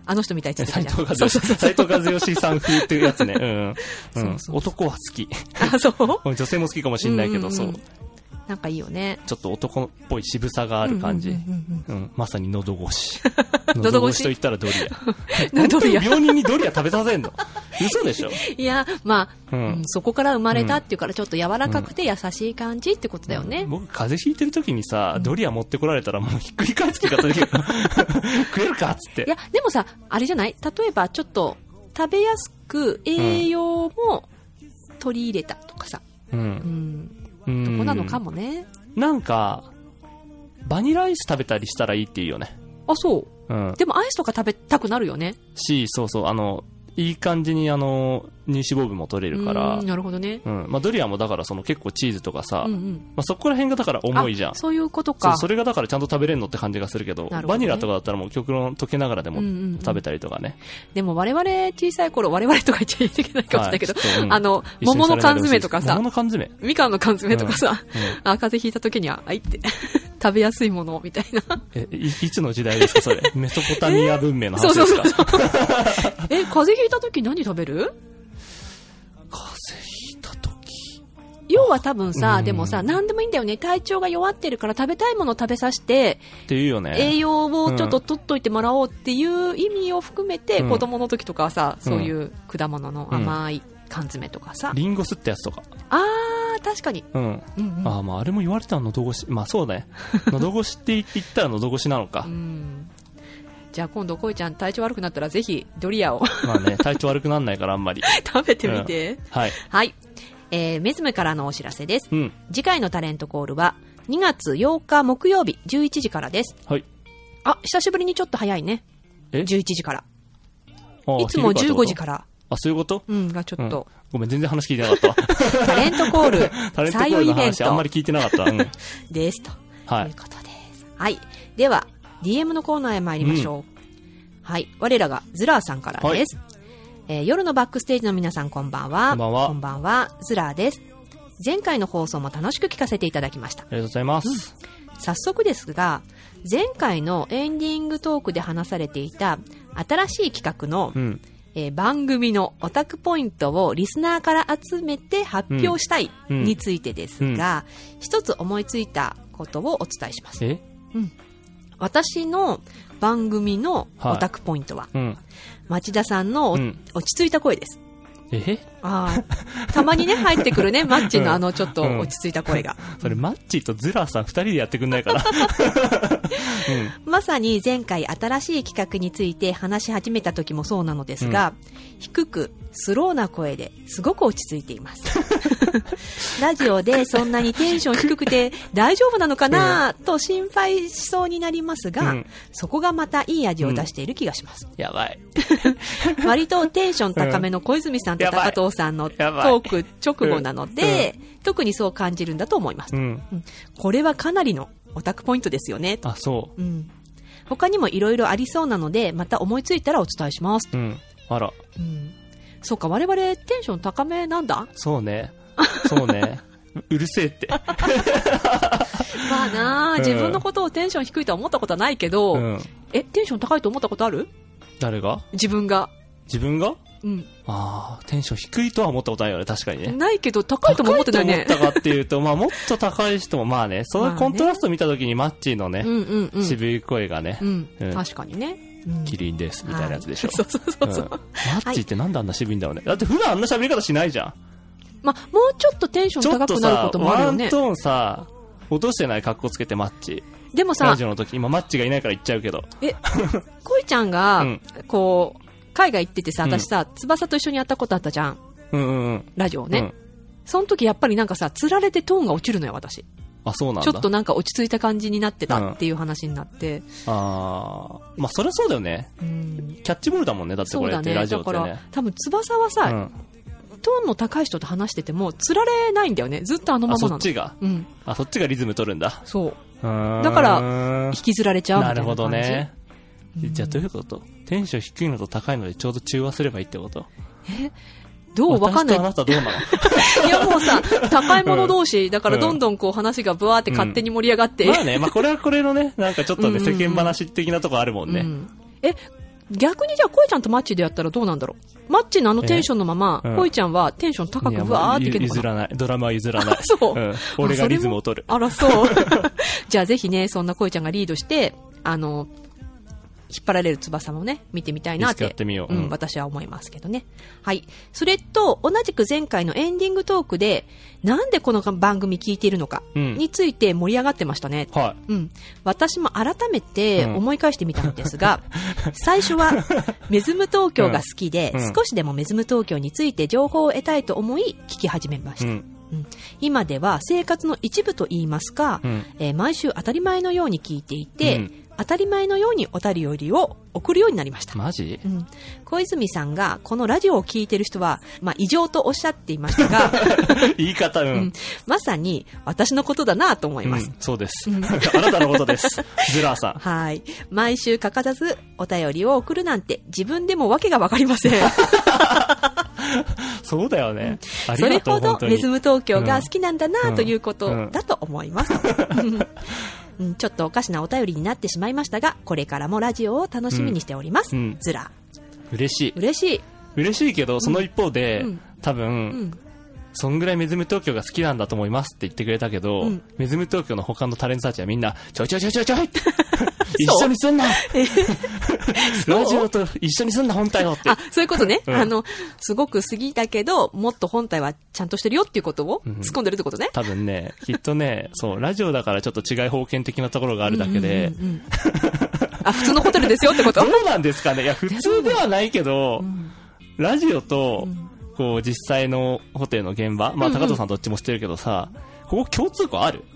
あの人みたいって言って斉たじゃん。 藤和義、斉藤和義さん風っていうやつね。うん。うん。 そうそうそう男は好き。 あ、そう女性も好きかもしんないけど、そう。 なんかいいよね。 ちょっと男っぽい渋さがある感じ。 うんうんうんうんうん。まさに喉越し。 喉越し喉越しと言ったらドリア。 ドリア本当に病人にドリア食べさせんの嘘でしょ。 いや、まあ、 うんうんそこから生まれたっていうからちょっと柔らかくて優しい感じってことだよね。 僕、風邪ひいてる時にさ、ドリア持ってこられたらもうひっくり返す気がするけど。食えるかっつって。 いや、でもさ、あれじゃない？例えばちょっと食べやすく栄養も取り入れたとかさ。 う。 うんん。 うんとこなのかもね。 なんか、バニラアイス食べたりしたらいいっていうよね。 あ、そう。 うん。 でもアイスとか食べたくなるよね。 し、そうそう、あの、いい感じにあの、乳脂肪分も取れるからうん、なるほどね。 うん。まあ、ドリアもだからその結構チーズとかさ、 うんうん。 まあ、そこら辺がだから重いじゃん。 あそういうことか。 そう、それがだからちゃんと食べれるのって感じがするけど、 なるほどねバニラとかだったらもう極論溶けながらでもうんうんうん食べたりとかね。 でも我々小さい頃、我々とか言っちゃいけないかもしれないけど、 はいちょっとうんあの、 一緒に桃の缶されないでほしい詰とかさ桃、の缶詰。 みかんの缶詰とかさ、 うんうんあ、風邪ひいた時には、あいって、食べやすいものみたいな。 え、い、いつの時代ですかそれ。メソポタミア文明の話そうですかそうそう。え、風邪ひいた時何食べる？ 風邪ひいた時。 要は多分さ、 うんでもさ、何でもいいんだよね。体調が弱ってるから食べたいものを食べさせて、 っていうよね。 栄養をちょっと取っといてもらおうっていう意味を含めて、 うん子供の時とかはさ、 うんそういう果物の甘い缶詰とかさ。 リンゴ酢ってやつとか。 あー、確かに。 うん。 うんうん。 ああ、まああれも言われたら喉越し。まあそうね。喉越しって言ったら喉越しなのかう。ん。じゃあ今度こいちゃん体調悪くなったらぜひドリアをまあね、体調悪くなんないからあんまり。 食べてみて。 はい。 はい。えー、メズムからのお知らせです。 うん。 次回のタレントコールはにがつようか木曜日じゅういちじからです。 はい。 あ、久しぶりにちょっと早いね。 えじゅういちじから。 あいつもじゅうごじら。 から。 あ、そういうことうん、がちょっと、 ごめん、全然話聞いてなかったわ。 タレントコール、 タレントコールの採用イベント話あんまり聞いてなかった。うん。 です。とはいいうことです。はい。では、ディーエム のコーナーへ参りましょう。はい。我らがズラーさんからです。えー夜のバックステージの皆さんこんばんは。 こんばんはこんばんは。ズラーです。前回の放送も楽しく聞かせていただきました。 ありがとうございます。 早速ですが、前回のエンディングトークで話されていた新しい企画の、 うん。 えー番組のオタクポイントをリスナーから集めて発表したいうんについてですが、一つ思いついたことをお伝えします。 え私の番組のオタクポイントは、 うん。 町田さんのおうん落ち着いた声です。 えああ、たまにね、入ってくるね、マッチのあの、ちょっとうん落ち着いた声が。 それ、マッチとズラーさん二人でやってくんないかな。 まさに前回新しい企画について話し始めた時もそうなのですが、低くスローな声ですごく落ち着いています。ラジオでそんなにテンション低くて大丈夫なのかなと心配しそうになりますが、 うんそこがまたいい味を出している気がします。 やばい。 割とテンション高めの小泉さんと高藤さんのトやばいーク直後なので、特にそう感じるんだと思います。 うん。 これはかなりのオタクポイントですよね。 あ、そうん、他にもいろいろありそうなので、また思いついたらお伝えします。 う。うん。あら。 うん、そうか、我々テンション高めなんだ。 そうね。そうね。ううるせえって。 まあなあ、 うん自分のことをテンション低いとは思ったことはないけど、 うん。 え、テンション高いと思ったことある？ 誰が自分が。 自分がうん。 ああ、テンション低いとは思ったことないよね、確かにね。 ないけど、高いとも思ってないね。 高いと思ったかっていうと、まあもっと高い人も、まあね、そまあねのコントラスト見たときにマッチーのねう、んうんうん。 渋い声がねう、ん、 うん確かにね。うんキリンです、みたいなやつでしょはい。そうそうそうそう。 うんマッチーってなんであんな渋いんだろうね。だって普段あんな喋り方しないじゃん。 まあ、もうちょっとテンションちょっ高くなるとさこ、ともあるよね。 ワントーンさ、落としてない格好つけてマッチ。 でもさラジ、オの時、今マッチがいないから言っちゃうけど。 え、こいちゃんが、 うんこう、海外行っててさ、 うん私さ、翼と一緒にやったことあったじゃん。 うんうんうん。 ラジオね。 うんその時やっぱりなんかさ、釣られてトーンが落ちるのよ、私。 あ、そうなんだ。 ちょっとなんか落ち着いた感じになってたっていう話になって。 あー。まあそりゃそうだよね。 うん。 キャッチボールだもんね、だってこれって、 そうだね。 ラジオってだからね。、 多分翼はさ、 うん。 トーンの高い人と話してても、釣られないんだよね。ずっとあのまあ、 まなの。 そっちが。 うん。 あ、そっちがリズム取るんだ。 そう。 うーんだから引きずられちゃうみたないるな感じ。 ほどね。 うんじゃあどういうこと？テンション低いのと高いのでちょうど中和すればいいってこと？ どうわかんない。 私とあなたどうなの？ いやもうさ、高いもの同士、だからどんどんこう話がブワーって勝手に盛り上がって。 まあね、まあこれはこれのね、なんかちょっとね、 うんうんうん世間話的なとこあるもんね。 うんえ、 逆にじゃあ、恋ちゃんとマッチでやったらどうなんだろう。マッチのあのテンションのまま、 うん、 恋ちゃんはテンション高くわーっていけるのかな。 譲らない。ドラマは譲らない。 そう、 うん。俺がリズムを取る。 あら、そう。じゃあぜひね、そんな恋ちゃんがリードして、あの、引っ張られる翼もね、見てみたいなって、 やってみよう、 うん、私は思いますけどね。はい。それと、同じく前回のエンディングトークで、なんでこの番組聞いているのかについて盛り上がってましたね。 はい。 うん。私も改めて思い返してみたんですが、うん、最初は、メズム東京が好きで、うん、少しでもメズム東京について情報を得たいと思い、聞き始めました。うんうん、今では生活の一部と言いますか、うんえー、毎週当たり前のように聞いていて、うん、当たり前のようにお便りを送るようになりました。 マジ、 うん、小泉さんがこのラジオを聞いている人は、まあ、異常とおっしゃっていましたが言い方、うんうん、 まさに私のことだなと思います、 うん、そうです、うん、あなたのことですズラーさん。 はい、毎週欠かさずお便りを送るなんて自分でもわけがわかりませんそうだよね、 うん、ありがとう。それほどメズム東京が好きなんだなということだと思います、うん、ちょっとおかしなお便りになってしまいましたが、これからもラジオを楽しみにしております、うん、ずら嬉しい嬉しい嬉しいけど、その一方で、うん、多分、うんそんぐらいメズム東京が好きなんだと思いますって言ってくれたけど、うん、メズム東京の他のタレントたちはみんなちょいちょいちょいちょいちょい一緒にすんなラジオと一緒にすんな本体をって。 あ、そういうことね、うん、あのすごく好きだけどもっと本体はちゃんとしてるよっていうことを突っ込んでるってことね、 うん、多分ねきっとねそうラジオだからちょっと違い封建的なところがあるだけで、うんうんうんうん、 あ普通のホテルですよってことどうなんですかね。いや普通ではないけど、うん、ラジオと、うんこう実際のホテルの現場、まあ、高藤さんどっちも知ってるけどさ、うんうん、ここ共通項ある？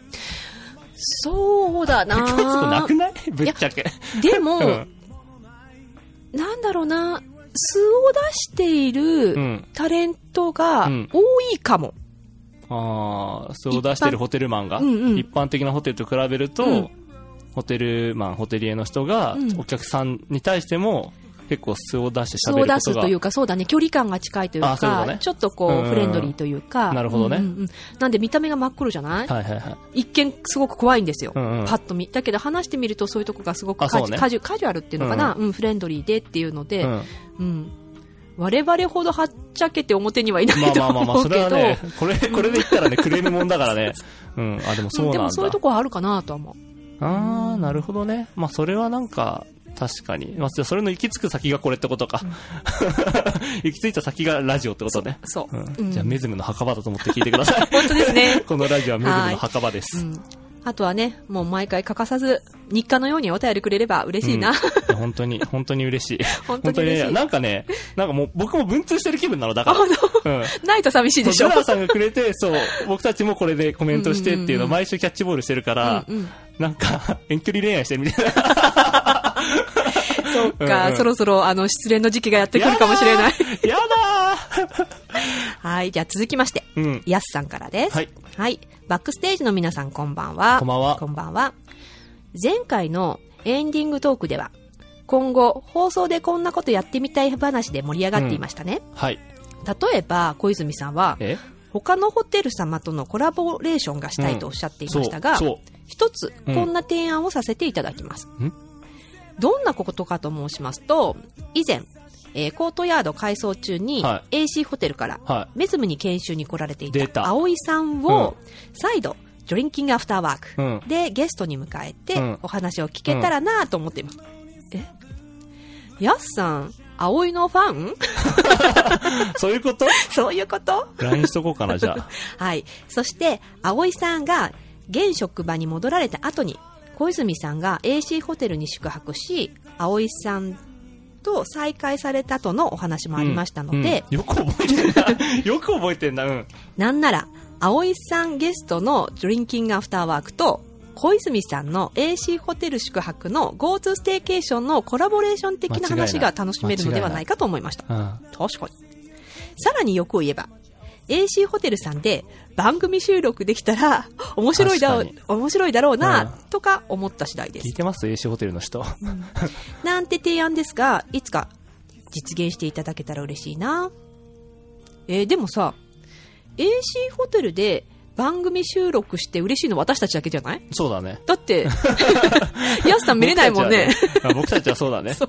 そうだな。 共通項なくない？ぶっちゃけ。 でも、うん、なんだろうな、素を出しているタレントが多いかも。 うん、ああ、素を出しているホテルマンが、うんうん、一般的なホテルと比べると、うん、ホテルマン、ホテリエの人がお客さんに対しても、結構素を出して喋ることが素を出すというか、そうだね、距離感が近いというか、ういうね、ちょっとこう、うんうん、フレンドリーというか、 なるほどね、 うんうんうん、なんで見た目が真っ黒じゃない、 はいはいはい、 一見すごく怖いんですよ、 うんうん、 パッと見だけど話してみるとそういうとこがすごくカジ、ね、カジュ、カジュアルっていうのかな、うんうん、フレンドリーでっていうので、うんうん、我々ほどはっちゃけて表にはいないと思うけど、まあまあまあまあそれはね、 これこれで言ったらねクレームもんだからね、うん、あでもそうなんだ、うん、でもそういうとこはあるかなとは思う。 ああなるほどね、まあそれはなんか確かに、まあ、それの行き着く先がこれってことか、うん、行き着いた先がラジオってことね。 そう、 うん、じゃあメズムの墓場だと思って聞いてください本当ですねこのラジオはメズムの墓場です、うん、 あとはねもう毎回欠かさず日課のようにお便りくれれば嬉しいな、 うん、本当に本当に嬉しい本当に嬉しい、 ね、なんかねなんかもう僕も文通してる気分なのだから、うん、 ないと寂しいでしょ。 ジュラーさんがくれてそう僕たちもこれでコメントしてっていうのを毎週キャッチボールしてるから、うんうんうん、なんか遠距離恋愛してるみたいなそうか、うんうん、そろそろあの失恋の時期がやってくるかもしれない。 やだーはい、じゃあ続きまして、うん、やすさんからです。 はい、 はい、バックステージの皆さんこんばんは。 こんばんは。 こんばんは。前回のエンディングトークでは今後放送でこんなことやってみたい話で盛り上がっていましたね。 うん、はい。 例えば小泉さんは他のホテル様とのコラボレーションがしたいとおっしゃっていましたが、うん、そうそう一つこんな提案をさせていただきます。うん、どんなことかと申しますと、以前、えー、コートヤード改装中に エーシー ホテルからメズムに研修に来られていた葵さんを再度ドリンキングアフターワークでゲストに迎えてお話を聞けたらなと思っています。うん、えやすさん葵のファンそういうことそういうことライン しとこうかなじゃあはい。そして葵さんが現職場に戻られた後に小泉さんが エーシー ホテルに宿泊し葵さんと再会されたとのお話もありましたので、 うんうん、よく覚えてんなよく覚えてんな、うん、 なんなら葵さんゲストのドリンキングアフターワークと小泉さんの エーシー ホテル宿泊の GoTo ステーケーションのコラボレーション的な話が楽しめるのではないかと思いました。うん、確かに。さらに欲を言えば エーシー ホテルさんで番組収録できたら面白いだろう、面白いだろうな、うん、とか思った次第です。 聞いてます エーシー ホテルの人、 うん、なんて提案ですがいつか実現していただけたら嬉しいな。えー、でもさ エーシー ホテルで番組収録して嬉しいの私たちだけじゃない？ そうだね。 だってヤスさん見れないもんね。 僕たちは、ね、僕たちはそうだね。そう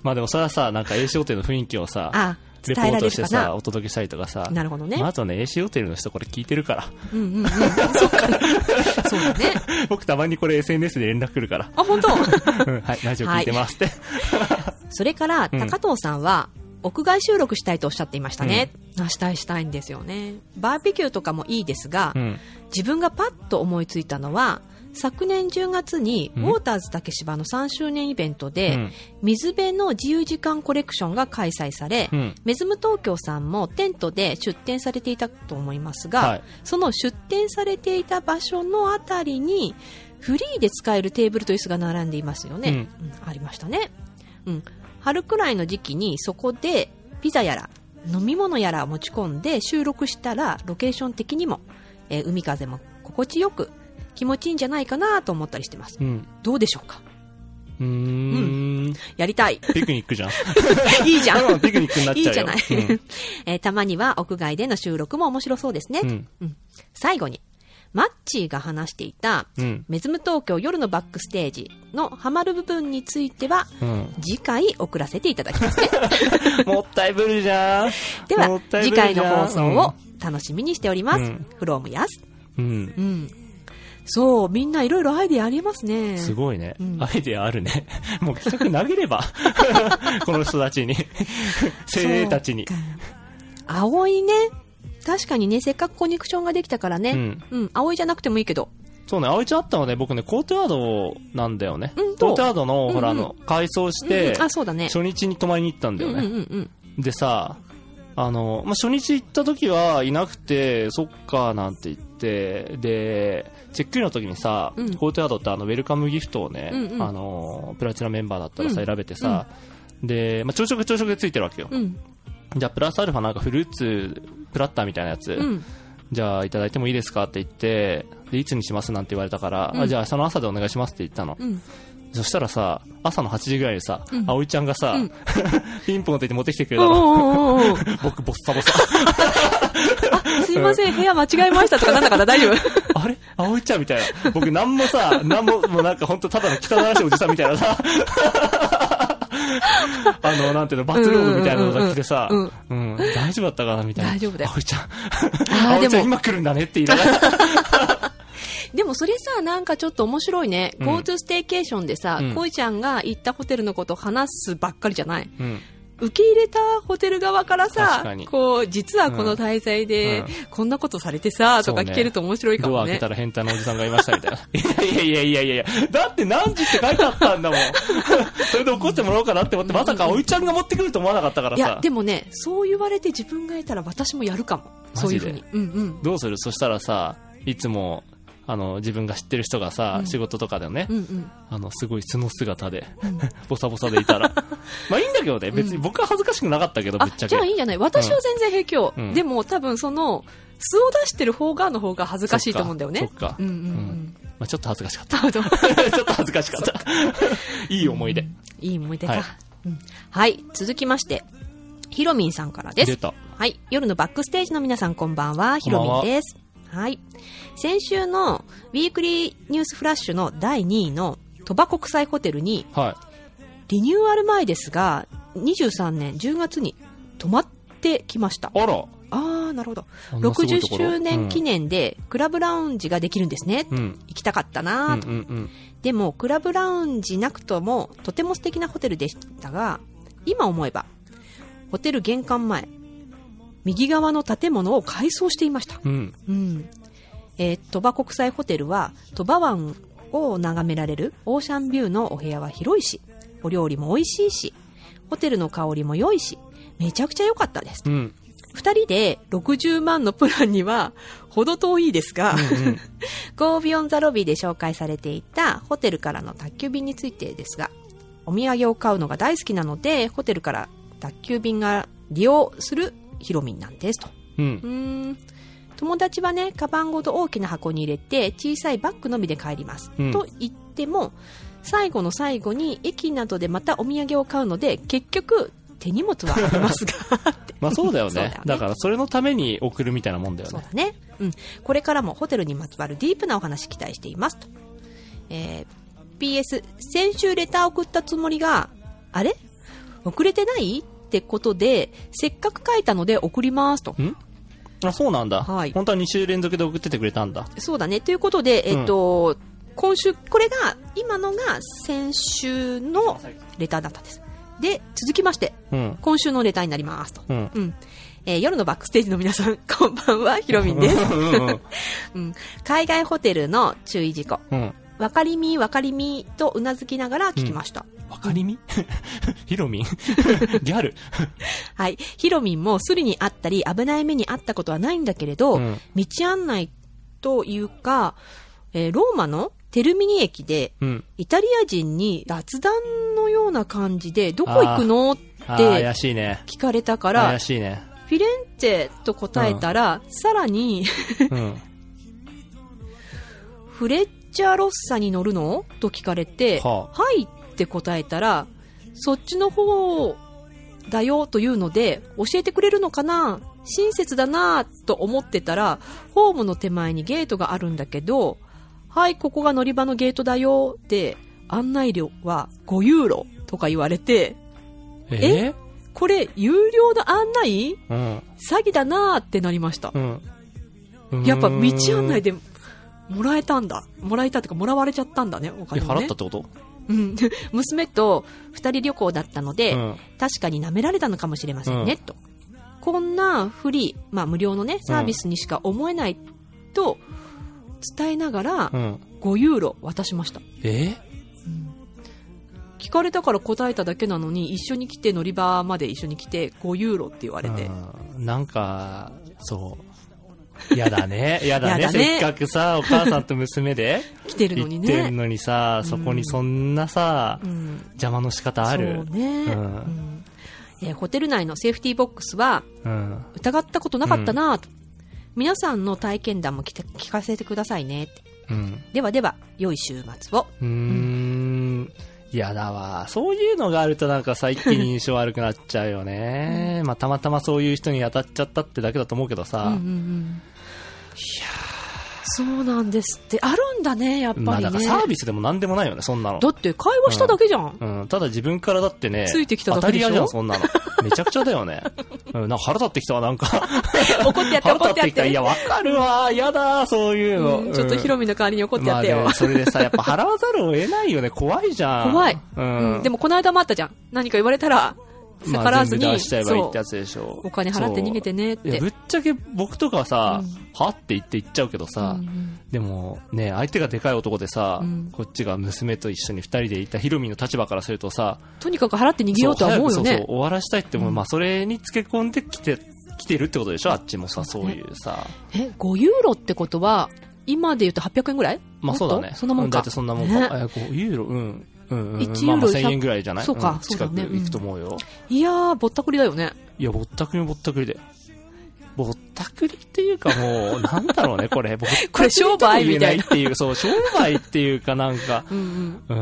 まあでもそれはさ、なんか エーシー ホテルの雰囲気をさ、 あ、 レポ伝えらートしてれるかな。 さ、お届けしたりとかさ。 なるほどね。 まあ、あとね、エーシー ホテルの人これ聞いてるから。 うんうんうん。そうかね。そうだね。 僕たまにこれ エスエヌエス で連絡来るから。 あ、本当。 うん、はい、ラジオ聞いてますって。 それから、高藤さんは、屋外収録したいとおっしゃっていましたね。うん、したいしたいんですよね。バーベキューとかもいいですが、うん、自分がパッと思いついたのは、昨年じゅうがつにウォーターズ竹芝のさんしゅうねんイベントで、うん、水辺の自由時間コレクションが開催され、うん、メズム東京さんもテントで出店されていたと思いますが、はい、その出店されていた場所のあたりにフリーで使えるテーブルと椅子が並んでいますよね。うんうん、ありましたね。うん、春くらいの時期にそこでピザやら飲み物やら持ち込んで収録したらロケーション的にも、えー、海風も心地よく気持ちいいんじゃないかなと思ったりしてます。うん、どうでしょうか。 うーん、うん、 やりたい。 ピクニックじゃん。 いいじゃん。 ピクニックになっちゃうよ。いいじゃない。うんえー、たまには屋外での収録も面白そうですね。うんうん、最後にマッチーが話していた、うん、メズム東京夜のバックステージのハマる部分については、うん、次回送らせていただきますね。 もったいぶるじゃん。 では次回の放送を楽しみにしております。うん、フロムヤス。うん。うんそう、みんないろいろアイデアありますね。 すごいね。うん、アイデアあるね。もう企画投げれば。この人たちに。精鋭たちに。 葵ね。確かにね、せっかくコネクションができたからね。うん。うん、葵じゃなくてもいいけど。 そうね、葵ちゃんあったのね、僕ね、コートヤードなんだよね。うん、コートヤードの、うんうん、ほら、あの、改装して、うんうん、あ、そうだね。初日に泊まりに行ったんだよね。うんうんうんうん、でさ、あの、まあ、初日行った時はいなくて、そっか、なんて言って、で、チェックインの時にさ、うん、コートヤードってあの、ウェルカムギフトをね、うんうん、あの、プラチナメンバーだったらさ、うん、選べてさ、うん、で、まあ、朝食朝食でついてるわけよ。うん、じゃあ、プラスアルファなんかフルーツ、プラッターみたいなやつ、うん、じゃあ、いただいてもいいですかって言って、で、いつにしますなんて言われたから、うん、あじゃあ、その朝でお願いしますって言ったの。うんそしたらさ、朝のはちじぐらいにさ、うん、葵ちゃんがさ、うん、ピンポンって言って持ってきてくれたの。僕、ボッサボサ。 あ、すいません、部屋間違えましたとかなんだから大丈夫。 あれ葵ちゃんみたいな。僕、なんもさ、なんも、もうなんかほんとただの汚らしいおじさんみたいなさ、あの、なんていうの、バスローブみたいなのが来てさ、うん、うん、大丈夫だったかなみたいな。 大丈夫だよ。 葵ちゃん。葵ちゃん今来るんだねって言いながら。 でもそれさ、なんかちょっと面白いね。うん、GoTo ステーケーションでさ、うん、恋ちゃんが行ったホテルのことを話すばっかりじゃない、うん、受け入れたホテル側からさ、こう、実はこの滞在で、こんなことされてさ、うん、とか聞けると面白いかもね。 ドア開けたら変態なおじさんがいましたみたいな。いやいやいやいやいやだって何時って書いてあったんだもん。それで起こしてもらおうかなって思って、まさか葵ちゃんが持ってくると思わなかったからさ。 いや、でもね、そう言われて自分がいたら私もやるかも。そういうふうに。うんうん。 どうする？そしたらさ、いつも、あの自分が知ってる人がさ、うん、仕事とかでね、うんうん、あのすごい素の姿で、うん、ボサボサでいたらまあいいんだけどね、別に僕は恥ずかしくなかったけど、ぶっちゃけ。 じゃあいいんじゃない、私は全然平気よ、うん、でも多分その素を出してる方がの方が恥ずかしいと思うんだよね。 そっか、うんうんうん、まあ、ちょっと恥ずかしかったちょっと恥ずかしかったいい思い出、うん、 いい思い出か、はい、うん、はい、続きましてひろみんさんからです。 出た。 はい、夜のバックステージの皆さんこんばんは、ひろみんです。はい。先週のウィークリーニュースフラッシュのだいにいの鳥羽国際ホテルに、はい、リニューアル前ですがにじゅうさんねんじゅうがつに泊まってきました。 あら。 あー、なるほど。ろくじゅっしゅうねん記念でクラブラウンジができるんですね。うん、行きたかったなと、うんうんうん。でもクラブラウンジなくともとても素敵なホテルでしたが、今思えばホテル玄関前右側の建物を改装していました。うんうん、えー、鳥羽国際ホテルは鳥羽湾を眺められるオーシャンビューのお部屋は広いし、お料理も美味しいし、ホテルの香りも良いし、めちゃくちゃ良かったです。うん、ふたりでろくじゅうまんのプランには程遠いですが、うんうん、Go Beyond the Lobbyで紹介されていたホテルからの宅急便についてですが、お土産を買うのが大好きなのでホテルから宅急便が利用するヒロミンなんですと、うん、うーん、友達はね、カバンごと大きな箱に入れて小さいバッグのみで帰ります、うん、と言っても最後の最後に駅などでまたお土産を買うので結局手荷物はありますがまあそうだよ ね, だよね。だからそれのために送るみたいなもんだよね。 そうだね、うん、これからもホテルにまつわるディープなお話期待していますと、えー、ピーエス 先週レター送ったつもりがあれ遅れてないってことで、せっかく書いたので送りますと。 んあ、そうなんだ。 はい。 本当はに週連続で送っててくれたんだ。 そうだね。ということで、えっと、うん、今週、これが、今のが先週のレターだったんです。で、続きまして、うん、今週のレターになりますと。うん。うん、えー、夜のバックステージの皆さん、こんばんは、ひろみんです。うん、海外ホテルの注意事項。うん、わかりみ、わかりみとうなずきながら聞きました。 うん、わかりみひろみんギャルはい。ひろみんもスリにあったり、危ない目にあったことはないんだけれど、うん、道案内というか、えー、ローマのテルミニ駅で、うん、イタリア人に雑談のような感じで、どこ行くのって聞かれたから、 怪しいね。 フィレンツェと答えたら、うん、さらに、うん、フレッチャロッサに乗るのと聞かれて、はあ、はいって答えたら、そっちの方だよというので、教えてくれるのかな、親切だなと思ってたら、ホームの手前にゲートがあるんだけど、はい、ここが乗り場のゲートだよって、案内料はごユーロとか言われて、 えー、 えこれ有料の案内、うん、詐欺だなーってなりました、うん、やっぱ道案内でもらえたんだ、もらえたってかもらわれちゃったんだね、お金ね。 払ったってこと？ うん、娘と二人旅行だったので、うん、確かに舐められたのかもしれませんね、うん、と。こんなフリー、まあ無料のねサービスにしか思えないと伝えながら、うん、ごユーロ渡しました。 えー聞かれたから答えただけなのに、一緒に来て乗り場まで一緒に来てごユーロって言われて、 なんかそうやだねやだ ね, だねせっかくさお母さんと娘で来てるのにね、 行ってるのにさ、そこにそんなさ、うん、邪魔の仕方ある。 そうね、うんうんえー、ホテル内のセーフティーボックスは、うん、疑ったことなかったなと、うん、皆さんの体験談も聞かせてくださいねって、うん、ではでは良い週末を。 うーん、うんやだわ。そういうのがあるとなんかさ、一気に印象悪くなっちゃうよね。うん、まあたまたまそういう人に当たっちゃったってだけだと思うけどさ。うんうんうん、いやそうなんですってあるんだね、やっぱりね。まあだからサービスでもなんでもないよね、そんなの。 だって会話しただけじゃん。 うん。うん、ただ自分からだってね、 ついてきただけでしょ。 当たり屋じゃん、そんなの。めちゃくちゃだよね。うん、なんか腹立ってきたわ、なんか。 怒ってやって、怒ってやって。 いや、わかるわ。やだ、そういうの。 うん、ちょっとヒロミの代わりに怒ってやってよ。 まあね、それでさ、やっぱ払わざるを得ないよね。怖いじゃん。 怖い。うん。うん、でもこの間もあったじゃん。何か言われたら、逆らわずに、 まあ、全部出しちゃえばいいってやつでしょ。 お金払って逃げてねって。 いやぶっちゃけ僕とかはさ、うん、はって言って言っちゃうけどさ、うんうん、でもね、相手がでかい男でさ、うん、こっちが娘と一緒に二人でいたヒロミの立場からするとさ、 とにかく払って逃げようとは思うよね。 そうそう、終わらしたいっても、うん、まあそれにつけ込んできて来てるってことでしょ、あっちもさ、そういうさ。 え、ごユーロってことは今で言うとはっぴゃくえんぐらい？ まあそうだね。 そんなもんか。 だってそんなもんか。ね、え、ごユーロ、うん。うんうん、いちユーロまあまあせんえんぐらいじゃない？ そうか、 うん、近く行くと思うよ、 うん、いやーぼったくりだよね。 いやぼったくりもぼったくりで、ぼったくりっていうかもうなんだろうねこれぼったくりこれ商売みたいなっていう、そう商売っていうかなんかうん、うん、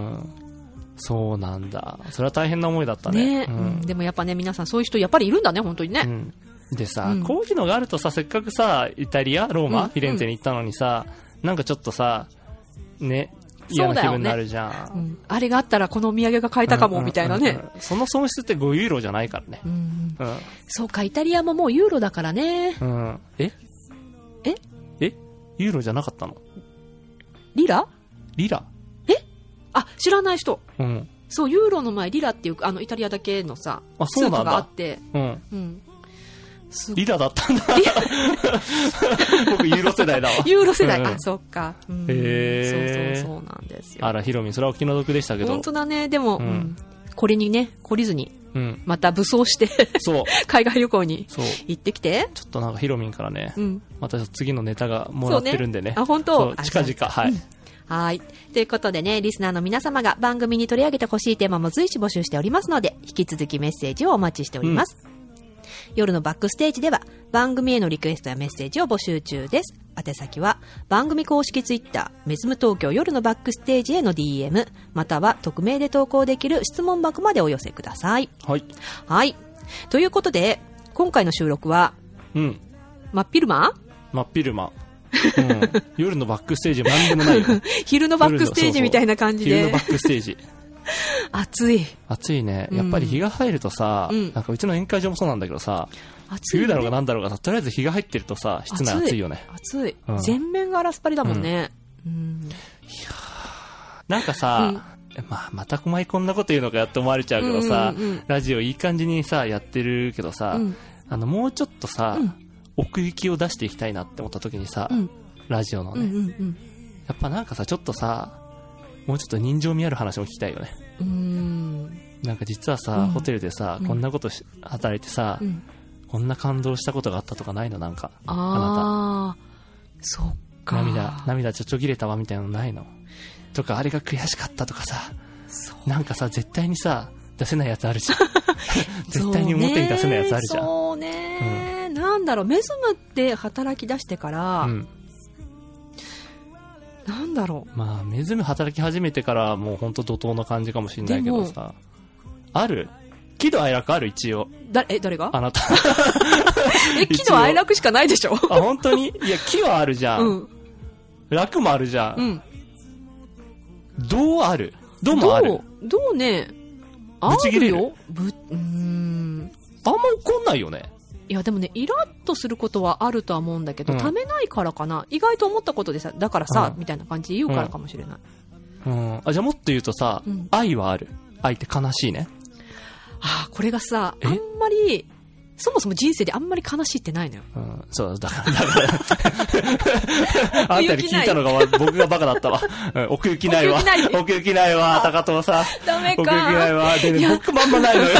うんそうなんだ。それは大変な思いだったね。 ね、うん、でもやっぱね皆さんそういう人やっぱりいるんだね本当にね、うん、 でさ、うん、こういうのがあるとさ、せっかくさイタリアローマ、うん、フィレンツェに行ったのにさ、なんかちょっとさね嫌な気分になるじゃん、ねうん、 あれがあったらこのお土産が買えたかも、うんうんうんうん、みたいなね。 その損失ってごユーロじゃないからね、うんうん、そうか、イタリアももうユーロだからね、 うん、えええユーロじゃなかったの？ リラリラえあ、知らない人、 うん、 そうユーロの前リラっていうあのイタリアだけのさあそうなんだ通貨があって、 うんうんリラだったんだ僕ユーロ世代だわユーロ世代、うん、あ、そっか、 うん、へそうそうそうなんですよ。 あらヒロミそれはお気の毒でしたけど。 本当だね。でも、うんうん、これにね懲りずに、うん、また武装してそう海外旅行に行ってきて、 ちょっとなんかヒロミンからね、うん、また次のネタがもらってるんでね。 あ、本当近々はい、うんはい。ということでね、リスナーの皆様が番組に取り上げてほしいテーマも随時募集しておりますので、引き続きメッセージをお待ちしております。うん、夜のバックステージでは番組へのリクエストやメッセージを募集中です。宛先は番組公式ツイッターメズム東京夜のバックステージへの ディーエム または匿名で投稿できる質問箱までお寄せください。 はい。 はい。ということで今回の収録は、 うん、 真っ昼間？ 真っ昼間。うん、夜のバックステージも何でもないよ。 昼のバックステージみたいな感じで。 昼のバックステージ。 暑い。 暑いね。やっぱり日が入るとさ、 うん、 なんかうちの宴会場もそうなんだけどさ、 暑いね、 冬だろうがなんだろうがさ、とりあえず日が入ってるとさ、室内暑いよね。 暑い。 うん、 全面がガラス張りだもんね。うん。うん、いやなんかさ、うん、まあ、またお前こんなこと言うのかやって思われちゃうけどさ、うんうんうん、ラジオいい感じにさ、やってるけどさ、うん、あの、もうちょっとさ、うん、奥行きを出していきたいなって思った時にさ、うん、ラジオのね、うんうんうん、やっぱなんかさ、ちょっとさ、もうちょっと人情味ある話も聞きたいよね。うーん、なんか実はさ、うん、ホテルでさ、うん、こんなことし働いてさ、うん、こんな感動したことがあったとかないの？なんか、あなた。そっか。 涙、涙ちょちょぎれたわみたいなのないの？とか、あれが悔しかったとかさ、なんかさ、絶対にさ、出せないやつあるじゃん。絶対に表に出せないやつあるじゃん。 そうね、うん、なんだろう、メズムって働き出してから、うん、なんだろう。 まあ、メズム働き始めてからもうほんと怒涛の感じかもしれないけどさ、ある？喜怒哀楽ある？一応。 だ、え、誰が？ あなた。 え、喜怒哀楽しかないでしょ？ あ、本当に？いや、喜はあるじゃん。うん、楽もあるじゃん。うん。どうある？どうもある？どう？どうね、 ぶち切れるよ。ぶ、うーん。 あんま怒んないよね。 いやでもね、イラッとすることはあるとは思うんだけど、うん、ためないからかな。意外と思ったことでさ、だからさ、うん、みたいな感じで言うからかもしれない。 うん。うん、あ、じゃあもっと言うとさ、うん、愛はある。愛って悲しいね。 ああ、これがさ、あんまり、そもそも人生であんまり悲しいってないのよ。 うん、そうだ、だから、だから。あんたに聞いたのが僕がバカだったわ。うん、奥行きないわ。奥行きないわ、高藤さん。 ダメか。 奥行きないわ。でね、僕まんまないのよ。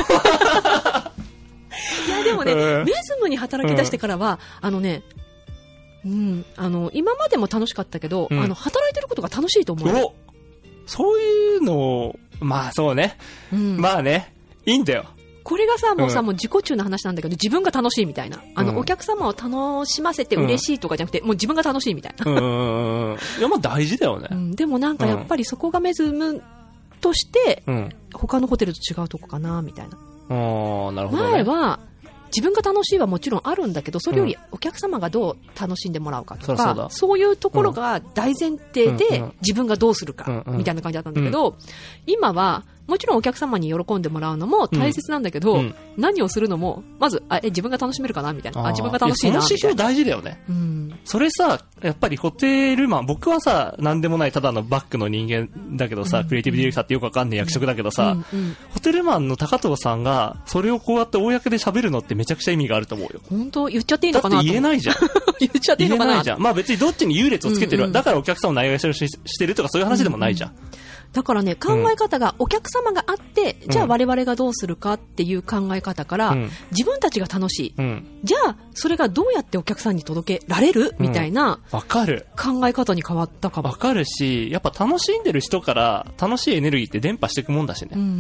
いやでもね、うん、メズムに働き出してからは、うん、あのね、うん、あの、今までも楽しかったけど、うん、あの、働いてることが楽しいと思う。 お、そういうのを、まあそうね。うん、まあね、いいんだよ。 これがさ、もうさ、うん、もう自己中の話なんだけど、自分が楽しいみたいな。あの、うん、お客様を楽しませて嬉しいとかじゃなくて、うん、もう自分が楽しいみたいな。うん。 いや、まあ大事だよね。 うん、でもなんかやっぱりそこがメズムとして、うん、他のホテルと違うとこかな、みたいな。 ああ、なるほど、ね。 前は、自分が楽しいはもちろんあるんだけど、それよりお客様がどう楽しんでもらうかとか、うん、そうそう、そういうところが大前提で自分がどうするかみたいな感じだったんだけど、うんうん、今はもちろんお客様に喜んでもらうのも大切なんだけど、うん、何をするのもまずあえ自分が楽しめるかなみたいな、あ自分が楽しいなみたいな。その指標大事だよね、うん、それさやっぱりホテルマン、僕はさ何でもないただのバックの人間だけどさ、うん、クリエイティブディレクターってよくわかんない役職だけどさ、うんうん、ホテルマンの高藤さんがそれをこうやって公で喋るのってめちゃくちゃ意味があると思うよ。 本当言っちゃっていいのかな。 だって言えないじゃん。 言っちゃっていいのかな。 言えないじゃん。まあ別にどっちに優劣をつけてる、うんうん、だからお客さんをないがしろにしてるとかそういう話でもないじゃん、うんうん、 だからね、考え方がお客様があって、うん、じゃあ我々がどうするかっていう考え方から、うん、自分たちが楽しい、うん、じゃあそれがどうやってお客さんに届けられる、うん、みたいなわかる考え方に変わったかも。 わかるし、やっぱ楽しんでる人から楽しいエネルギーって伝播していくもんだしね、うんうんうん、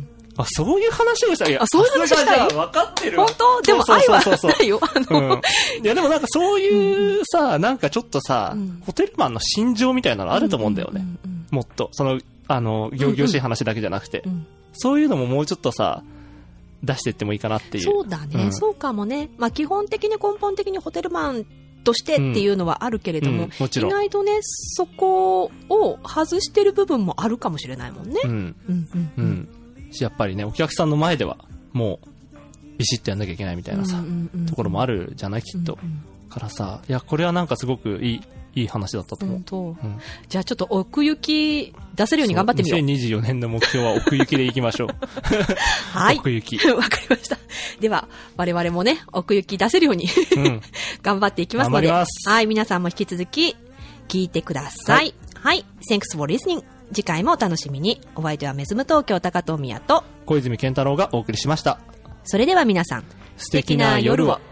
あそういう話をしたい。 あそういう話したい。 分かってる。 本当でも愛はないよ。あの、 うん、いやでもなんかそういうさ、うん、なんかちょっとさ、うん、ホテルマンの心情みたいなのあると思うんだよね、うんうんうん、もっとそのあの仰々しい話だけじゃなくて、うんうん、そういうのももうちょっとさ出していってもいいかなっていう。 そうだね、うん、そうかもね。まあ基本的に根本的にホテルマンとしてっていうのはあるけれども、うんうん、もちろん意外とねそこを外してる部分もあるかもしれないもんね。うんうんうんうん、 やっぱりねお客さんの前ではもうビシッとやんなきゃいけないみたいなさ、うんうんうん、ところもあるじゃないきっと、うんうん、からさ、いやこれはなんかすごくいいいい話だったと思う、うん、 じゃあちょっと奥行き出せるように頑張ってみよう。 にせんにじゅうよねんの目標は奥行きでいきましょう。 はい奥行きわかりました。では我々もね奥行き出せるように、うん、頑張っていきますので、はい、皆さんも引き続き聞いてください。はい、はい、Thanks for listening。次回もお楽しみに。お相手はメズム東京高藤宮と小泉健太郎がお送りしました。 それでは皆さん素敵な夜を。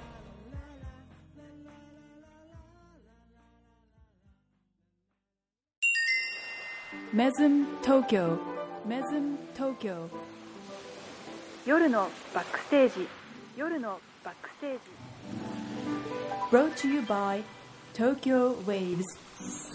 メズム東京メズム東京夜のバックステージ夜のバックステージ Brought to you by Tokyo Waves